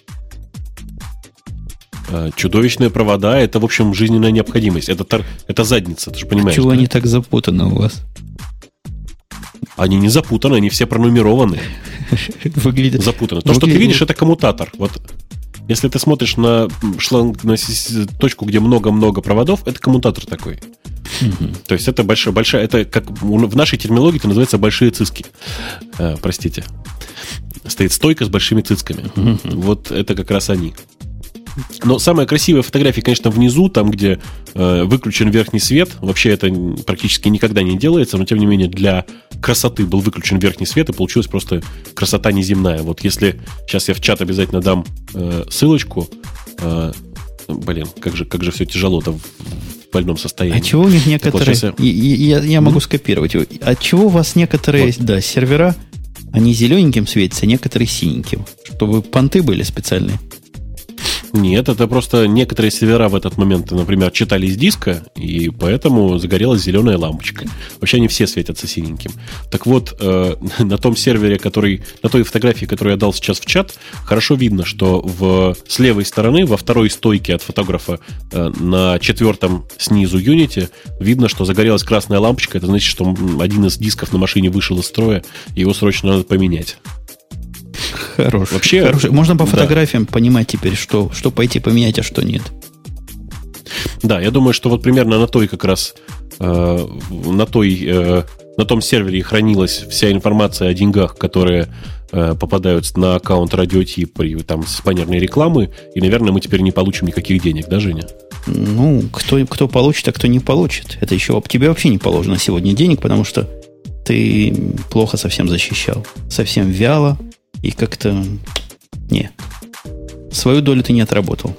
B: Чудовищные провода – это, в общем, жизненная необходимость. Это задница, ты же понимаешь.
A: Чего они так запутаны у вас?
B: Они не запутаны, они все пронумерованы.
A: Выглядит...
B: Запутаны. То, что ты видишь, это коммутатор. Вот если ты смотришь на шланг, на точку, где много-много проводов, это коммутатор такой. То есть это большая, это как в нашей терминологии это называется большие циски. Простите. Стоит стойка с большими цисками. Вот это как раз они. Но самая красивая фотография, конечно, внизу, там, где выключен верхний свет. Вообще это практически никогда не делается, но, тем не менее, для красоты был выключен верхний свет, и получилась просто красота неземная. Вот если... Сейчас я в чат обязательно дам ссылочку. Как же все тяжело-то в больном состоянии.
A: А чего у них некоторые... Вот я могу скопировать его. От чего у вас некоторые сервера, они зелененьким светятся, а некоторые синеньким? Чтобы понты были специальные?
B: Нет, это просто некоторые сервера в этот момент, например, читали с диска, и поэтому загорелась зеленая лампочка. Вообще они все светятся синеньким. Так вот, на том сервере, на той фотографии, которую я дал сейчас в чат, хорошо видно, что с левой стороны, во второй стойке от фотографа на 4-м снизу юните, видно, что загорелась красная лампочка. Это значит, что один из дисков на машине вышел из строя, и его срочно надо поменять.
A: Хороший. Вообще, хороший. Можно по фотографиям понимать теперь, что пойти поменять, а что нет.
B: Да, я думаю, что вот примерно на той как раз на том сервере хранилась вся информация о деньгах, которые попадают на аккаунт Радио Ти там с баннерной рекламы, и, наверное, мы теперь не получим никаких денег, да, Женя?
A: Ну, кто получит, а кто не получит. Это еще тебе вообще не положено сегодня денег, потому что ты плохо совсем защищал. Совсем вяло. И как-то... Не. Свою долю ты не отработал.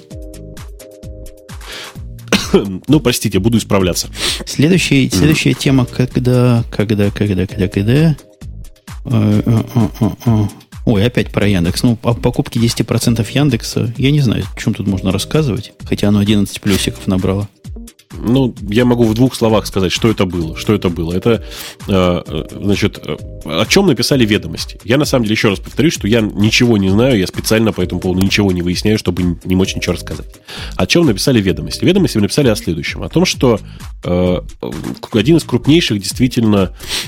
B: Ну, простите, буду исправляться.
A: Следующая тема, когда... Ой, опять про Яндекс. Ну, о покупке 10% Яндекса, я не знаю, о чем тут можно рассказывать, хотя оно 11 плюсиков набрало.
B: Ну, я могу в 2 словах сказать, что это было. Это, значит, о чем написали ведомости. Я, на самом деле, еще раз повторюсь, что я ничего не знаю, я специально по этому поводу ничего не выясняю, чтобы не очень ничего рассказать. О чем написали ведомости? Ведомости написали о следующем. О том, что один из крупнейших, действительно,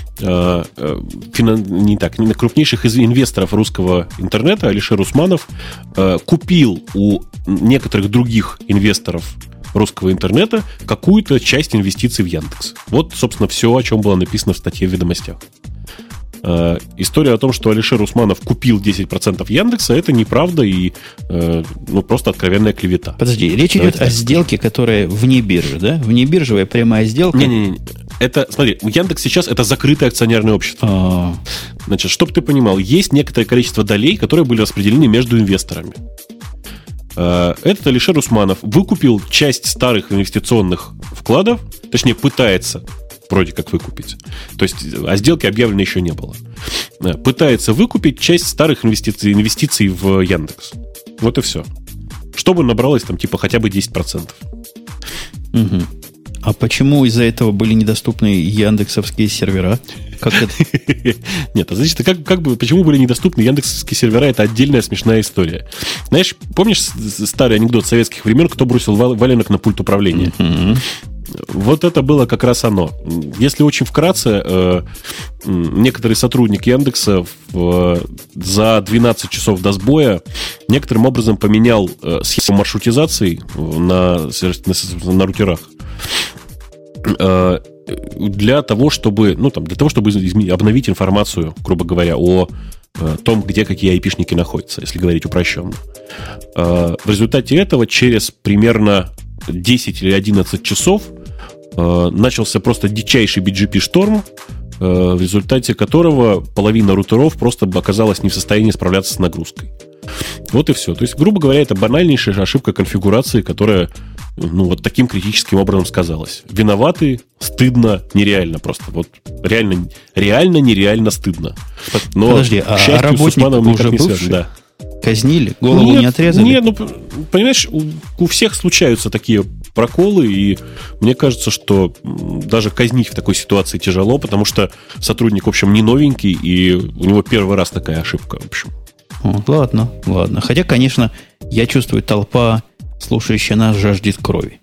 B: крупнейших из инвесторов русского интернета, Алишер Усманов, купил у некоторых других инвесторов русского интернета какую-то часть инвестиций в Яндекс. Вот, собственно, все, о чем было написано в статье в ведомостях. История о том, что Алишер Усманов купил 10% Яндекса, это неправда и просто откровенная клевета.
A: Подожди, речь идет о сделке, которая вне биржи, да? Внебиржевая прямая сделка?
B: Не-не-не. смотри, Яндекс сейчас это закрытое акционерное общество. Значит, чтобы ты понимал, есть некоторое количество долей, которые были распределены между инвесторами. Этот Алишер Усманов выкупил часть старых инвестиционных вкладов, точнее, пытается вроде как выкупить. То есть, а сделки объявлено еще не было. Пытается выкупить часть старых инвестиций в Яндекс. Вот и все. Чтобы набралось там типа хотя бы 10%.
A: Угу. А почему из-за этого были недоступны яндексовские сервера? Как это?
B: Нет, значит, почему были недоступны яндексовские сервера, это отдельная смешная история. Знаешь, помнишь старый анекдот советских времен, кто бросил валенок на пульт управления? Вот это было как раз оно. Если очень вкратце, некоторый сотрудник Яндекса за 12 часов до сбоя некоторым образом поменял схему маршрутизации на рутерах для того, чтобы обновить информацию, грубо говоря, о том, где какие айпишники находятся, если говорить упрощенно. В результате этого через примерно 10 или 11 часов начался просто дичайший BGP-шторм, в результате которого половина рутеров просто оказалась не в состоянии справляться с нагрузкой. Вот и все. То есть, грубо говоря, это банальнейшая ошибка конфигурации, которая вот таким критическим образом сказалась. Виноваты, стыдно, нереально просто. Вот реально нереально стыдно. Но,
A: подожди,
B: к счастью,
A: работник уже бывший? Да. Казнили? Голову не отрезали?
B: Нет, понимаешь, у всех случаются такие проколы, и мне кажется, что даже казнить в такой ситуации тяжело, потому что сотрудник, в общем, не новенький, и у него первый раз такая ошибка, в общем.
A: Ладно. Хотя, конечно, я чувствую, толпа, слушающая нас, жаждет крови.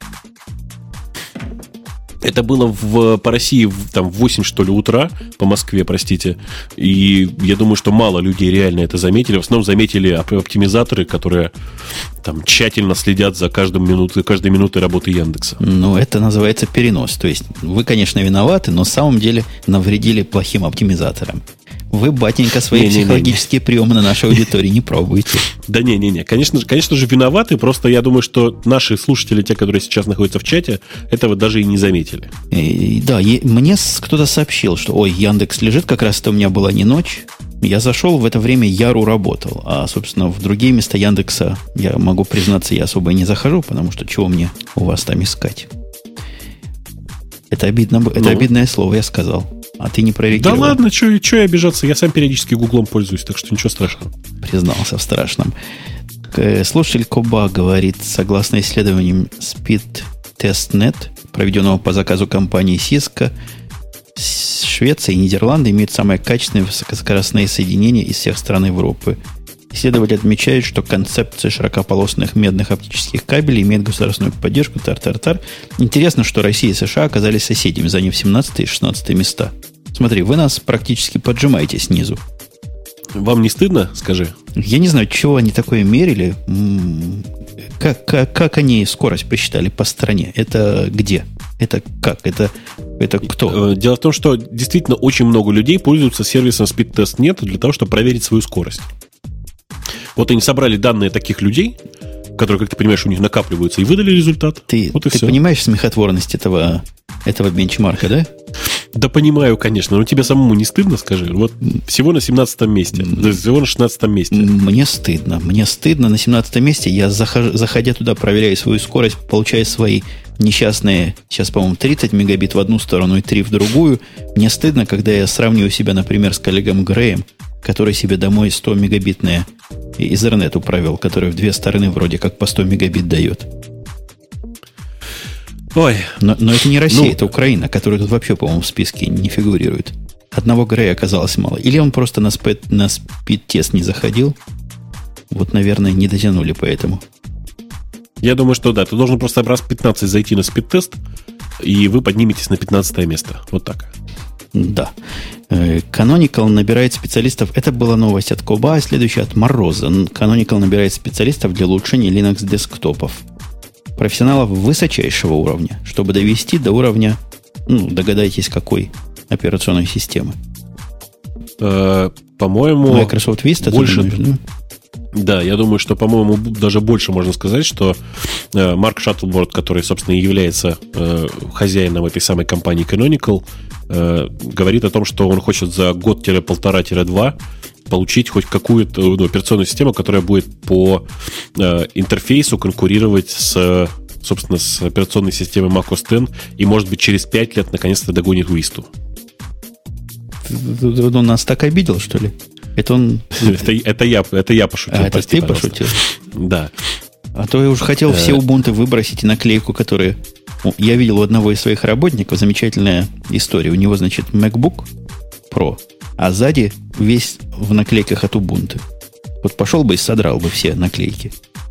B: Это было по России в 8, что ли, утра, по Москве, простите. И я думаю, что мало людей реально это заметили. В основном заметили оптимизаторы, которые там тщательно следят за каждой минутой работы Яндекса.
A: Это называется перенос. То есть вы, конечно, виноваты, но на самом деле навредили плохим оптимизаторам. Вы, батенька, свои психологические приемы на нашей аудитории не пробуйте.
B: Да не. Конечно же, виноваты. Просто я думаю, что наши слушатели, те, которые сейчас находятся в чате, этого даже и не заметили.
A: Да, мне кто-то сообщил, что Яндекс лежит, как раз это у меня была не ночь. Я зашел, в это время Яру работал. А, собственно, в другие места Яндекса, я могу признаться, я особо не захожу, потому что чего мне у вас там искать? Это обидное слово, я сказал. А ты не прореагировал.
B: Да ладно, что я обижаться? Я сам периодически Гуглом пользуюсь, так что ничего страшного.
A: Признался в страшном. Слушатель Коба говорит, согласно исследованиям Speedtest.net, проведенного по заказу компании Cisco, Швеция и Нидерланды имеют самые качественные высокоскоростные соединения из всех стран Европы. Исследователи отмечают, что концепция широкополосных медных оптических кабелей имеет государственную поддержку. Тар-тар-тар. Интересно, что Россия и США оказались соседями, заняв 17 и 16 места. Смотри, вы нас практически поджимаете снизу.
B: Вам не стыдно, скажи?
A: Я не знаю, чего они такое мерили. Как они скорость посчитали по стране? Это где? Это как? Это кто?
B: Дело в том, что действительно очень много людей пользуются сервисом Speedtest.net для того, чтобы проверить свою скорость. Вот они собрали данные таких людей, которые, как ты понимаешь, у них накапливаются, и выдали результат.
A: Ты понимаешь смехотворность этого бенчмарка, да?
B: Да понимаю, конечно. Но тебе самому не стыдно, скажи? Вот всего на 17-м месте. Всего на 16-м месте.
A: Мне стыдно. На 17-м месте я, заходя туда, проверяю свою скорость, получаю свои несчастные, сейчас, по-моему, 30 мегабит в одну сторону и 3 в другую. Мне стыдно, когда я сравниваю себя, например, с коллегом Греем, который себе домой 100 мегабитное Ethernet провел, который в две стороны вроде как по 100 мегабит дает.
B: Ой.
A: Но это не Россия, это Украина, которая тут вообще, по-моему, в списке не фигурирует. Одного Грея оказалось мало. Или он просто на спид-тест не заходил. Вот, наверное, не дотянули поэтому. Я
B: думаю, что да. Ты должен просто раз 15 зайти на спид-тест, и вы подниметесь на 15 место. Вот так.
A: Да. Canonical набирает специалистов. Это была новость от Коба, а следующая от Мороза. Canonical набирает специалистов для улучшения Linux десктопов. Профессионалов высочайшего уровня, чтобы довести до уровня, догадайтесь, какой операционной системы.
B: По-моему,
A: Microsoft Vista,
B: больше...
A: ты думаешь,
B: Да, я думаю, что, по-моему, даже больше можно сказать, что Марк Шаттлборд, который, собственно, и является хозяином этой самой компании Canonical, говорит о том, что он хочет за год-полтора-два получить хоть какую-то операционную систему, которая будет по интерфейсу конкурировать с, собственно, с операционной системой macOS X и, может быть, через 5 лет наконец-то догонит Vista.
A: Он нас так обидел, что ли? Это он...
B: Это я пошутил.
A: А, это ты пошутил?
B: Да.
A: А то я уже хотел все Ubuntu выбросить и наклейку, которую... Я видел у одного из своих работников замечательная история. У него, значит, MacBook Pro, а сзади весь в наклейках от Ubuntu. Вот пошел бы и содрал бы все наклейки.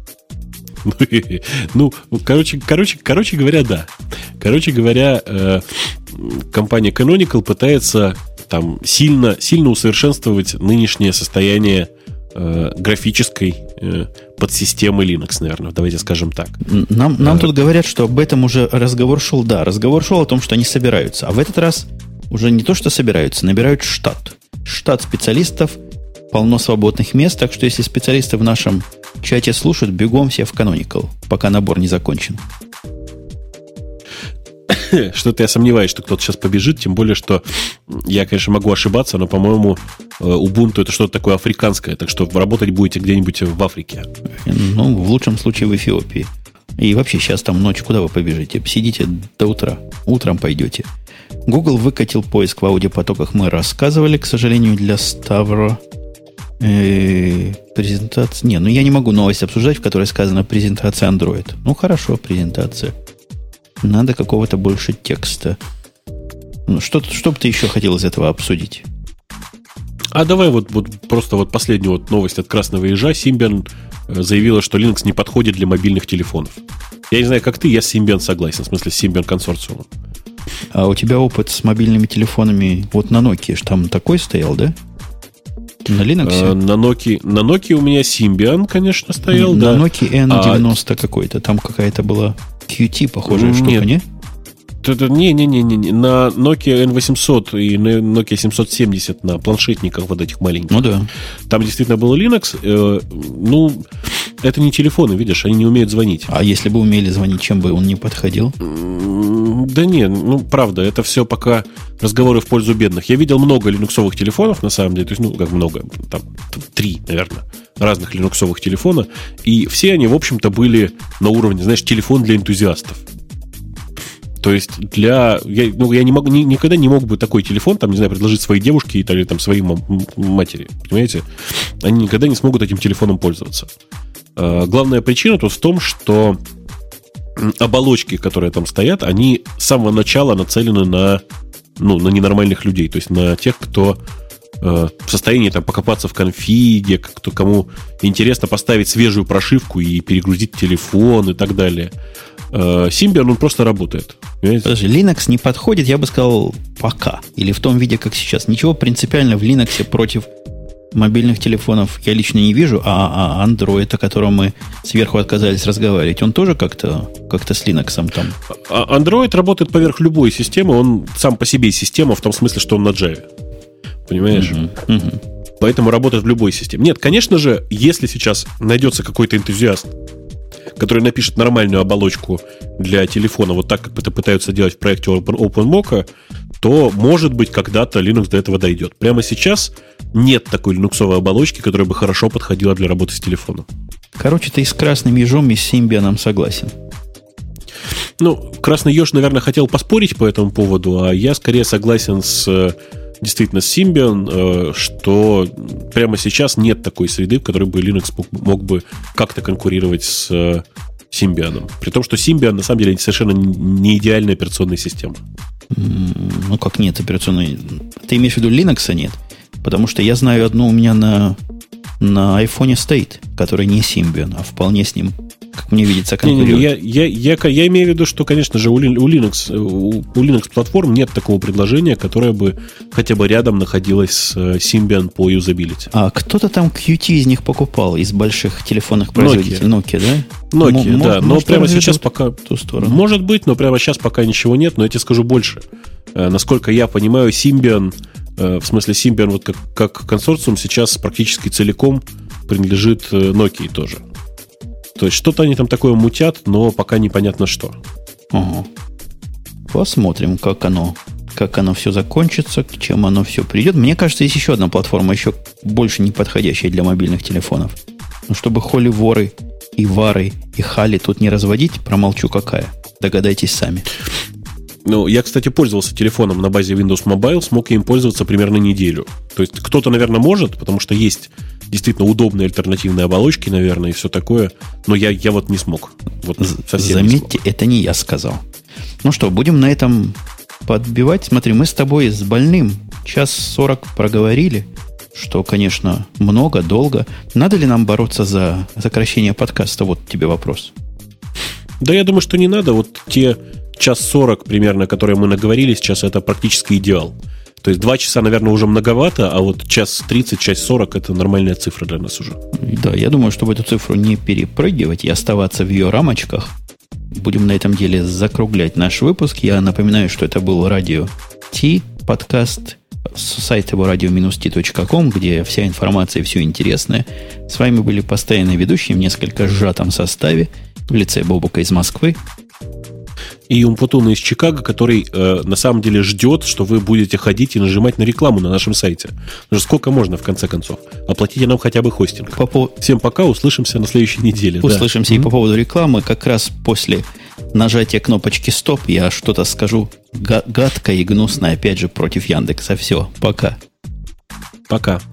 B: Ну, короче говоря, да. Короче говоря, компания Canonical пытается там сильно усовершенствовать нынешнее состояние графической подсистемы Linux, наверное. Давайте скажем так.
A: Нам тут говорят, что об этом уже разговор шел. Да, разговор шел о том, что они собираются. А в этот раз уже не то, что собираются, набирают штат. Штат специалистов, полно свободных мест. Так что если специалисты в нашем чате слушают, бегом все в Canonical, пока набор не закончен.
B: Что-то я сомневаюсь, что кто-то сейчас побежит, тем более, что я, конечно, могу ошибаться, но, по-моему, Ubuntu это что-то такое африканское, так что работать будете где-нибудь в Африке.
A: Ну, в лучшем случае в Эфиопии. И вообще сейчас там ночью куда вы побежите? Сидите до утра. Утром пойдете. Google выкатил поиск в аудиопотоках. Мы рассказывали, к сожалению, для Ставро. Презентация. Не, ну я не могу новость обсуждать, в которой сказано презентация Android. Ну, хорошо, презентация. Надо какого-то больше текста. Ну, что бы ты еще хотел из этого обсудить?
B: А давай вот просто вот последнюю вот новость от красного ежа. Symbian заявила, что Linux не подходит для мобильных телефонов. Я не знаю, как ты, я с Symbian согласен, в смысле с Symbian консорциумом.
A: А у тебя опыт с мобильными телефонами вот на Nokia там такой стоял, да? На Linux?
B: На Nokia у меня Symbian, конечно, стоял.
A: На Nokia N90 какой-то. Там какая-то была QT похожая штука, не?
B: Не. На Nokia N800 и на Nokia 770 на планшетниках вот этих маленьких.
A: Ну да.
B: Там действительно был Linux. Ну, это не телефоны, видишь, они не умеют звонить.
A: А если бы умели звонить, чем бы он не подходил?
B: Да не, ну, правда, это все пока разговоры в пользу бедных. Я видел много линуксовых телефонов, на самом деле, то есть, ну, как много, там, 3, наверное, разных линуксовых телефона, и все они, в общем-то, были на уровне, знаешь, телефон для энтузиастов. То есть я никогда не мог бы такой телефон, там, не знаю, предложить своей девушке или там своей матери, понимаете? Они никогда не смогут этим телефоном пользоваться. Главная причина тут в том, что оболочки, которые там стоят, они с самого начала нацелены на ненормальных людей, то есть на тех, кто в состоянии там покопаться в конфиге, кому интересно поставить свежую прошивку и перегрузить телефон и так далее. Symbian, он просто работает. Понимаете?
A: Подожди, Linux не подходит, я бы сказал, пока. Или в том виде, как сейчас. Ничего принципиально в Linux против мобильных телефонов я лично не вижу, а Android, о котором мы сверху отказались разговаривать, он тоже как-то с Linux там.
B: Android работает поверх любой системы, он сам по себе система в том смысле, что он на Java. Понимаешь? Поэтому работает в любой системе. Нет, конечно же, если сейчас найдется какой-то энтузиаст, который напишет нормальную оболочку для телефона, вот так, как это пытаются делать в проекте OpenMocha, то, может быть, когда-то Linux до этого дойдет. Прямо сейчас нет такой линуксовой оболочки, которая бы хорошо подходила для работы с телефоном.
A: Короче, ты с красным ежом и с Symbian согласен.
B: Ну, красный еж, наверное, хотел поспорить по этому поводу, а я скорее согласен действительно с Symbian, что прямо сейчас нет такой среды, в которой бы Linux мог бы как-то конкурировать с Symbian. При том, что Symbian на самом деле совершенно не идеальная операционная система.
A: Ну, как нет операционной? Ты имеешь в виду Linux нет? Потому что я знаю одну у меня на iPhone стоит, который не Symbian, а вполне с ним, как мне видится, конкурирует.
B: Я имею в виду, что, конечно же, у Linux платформ нет такого предложения, которое бы хотя бы рядом находилось с Symbian по юзабилити.
A: А кто-то там QT из них покупал, из больших телефонных производителей. Nokia, да?
B: Nokia, да. Но прямо сейчас пока...
A: Ту сторону.
B: Может быть, но прямо сейчас пока ничего нет, но я тебе скажу больше. Насколько я понимаю, Symbian, в смысле Symbian вот как консорциум сейчас практически целиком принадлежит Nokia тоже. То есть что-то они там такое мутят, но пока непонятно что.
A: Ага. Посмотрим, как оно все закончится, к чем оно все придет. Мне кажется, есть еще одна платформа, еще больше не подходящая для мобильных телефонов. Но чтобы холи-воры и вары и хали тут не разводить, промолчу какая. Догадайтесь сами.
B: Ну, я, кстати, пользовался телефоном на базе Windows Mobile, смог им пользоваться примерно неделю. То есть кто-то, наверное, может, потому что есть действительно удобные альтернативные оболочки, наверное, и все такое. Но я вот не смог. Вот совсем
A: заметьте,
B: не смог.
A: Это не я сказал. Ну что, будем на этом подбивать. Смотри, мы с тобой с больным 1:40 проговорили, что, конечно, много, долго. Надо ли нам бороться за сокращение подкаста? Вот тебе вопрос.
B: Да, я думаю, что не надо. Вот те 1:40 примерно, которые мы наговорили сейчас, это практически идеал. То есть 2 часа, наверное, уже многовато, а вот 1:30, 1:40 это нормальная цифра для нас уже.
A: Да, я думаю, чтобы эту цифру не перепрыгивать и оставаться в ее рамочках, будем на этом деле закруглять наш выпуск. Я напоминаю, что это был Радио Ти подкаст с сайта его radio-t.com, где вся информация и все интересное. С вами были постоянные ведущие в несколько сжатом составе в лице Бобука из Москвы.
B: И Умпутуна из Чикаго, который на самом деле ждет, что вы будете ходить и нажимать на рекламу на нашем сайте. Ну, сколько можно, в конце концов? Оплатите нам хотя бы хостинг. Всем пока, услышимся на следующей неделе.
A: Услышимся. Да. И по поводу рекламы, как раз после нажатия кнопочки «Стоп» я что-то скажу гадкое и гнусное, опять же, против Яндекса. Все, пока.
B: Пока.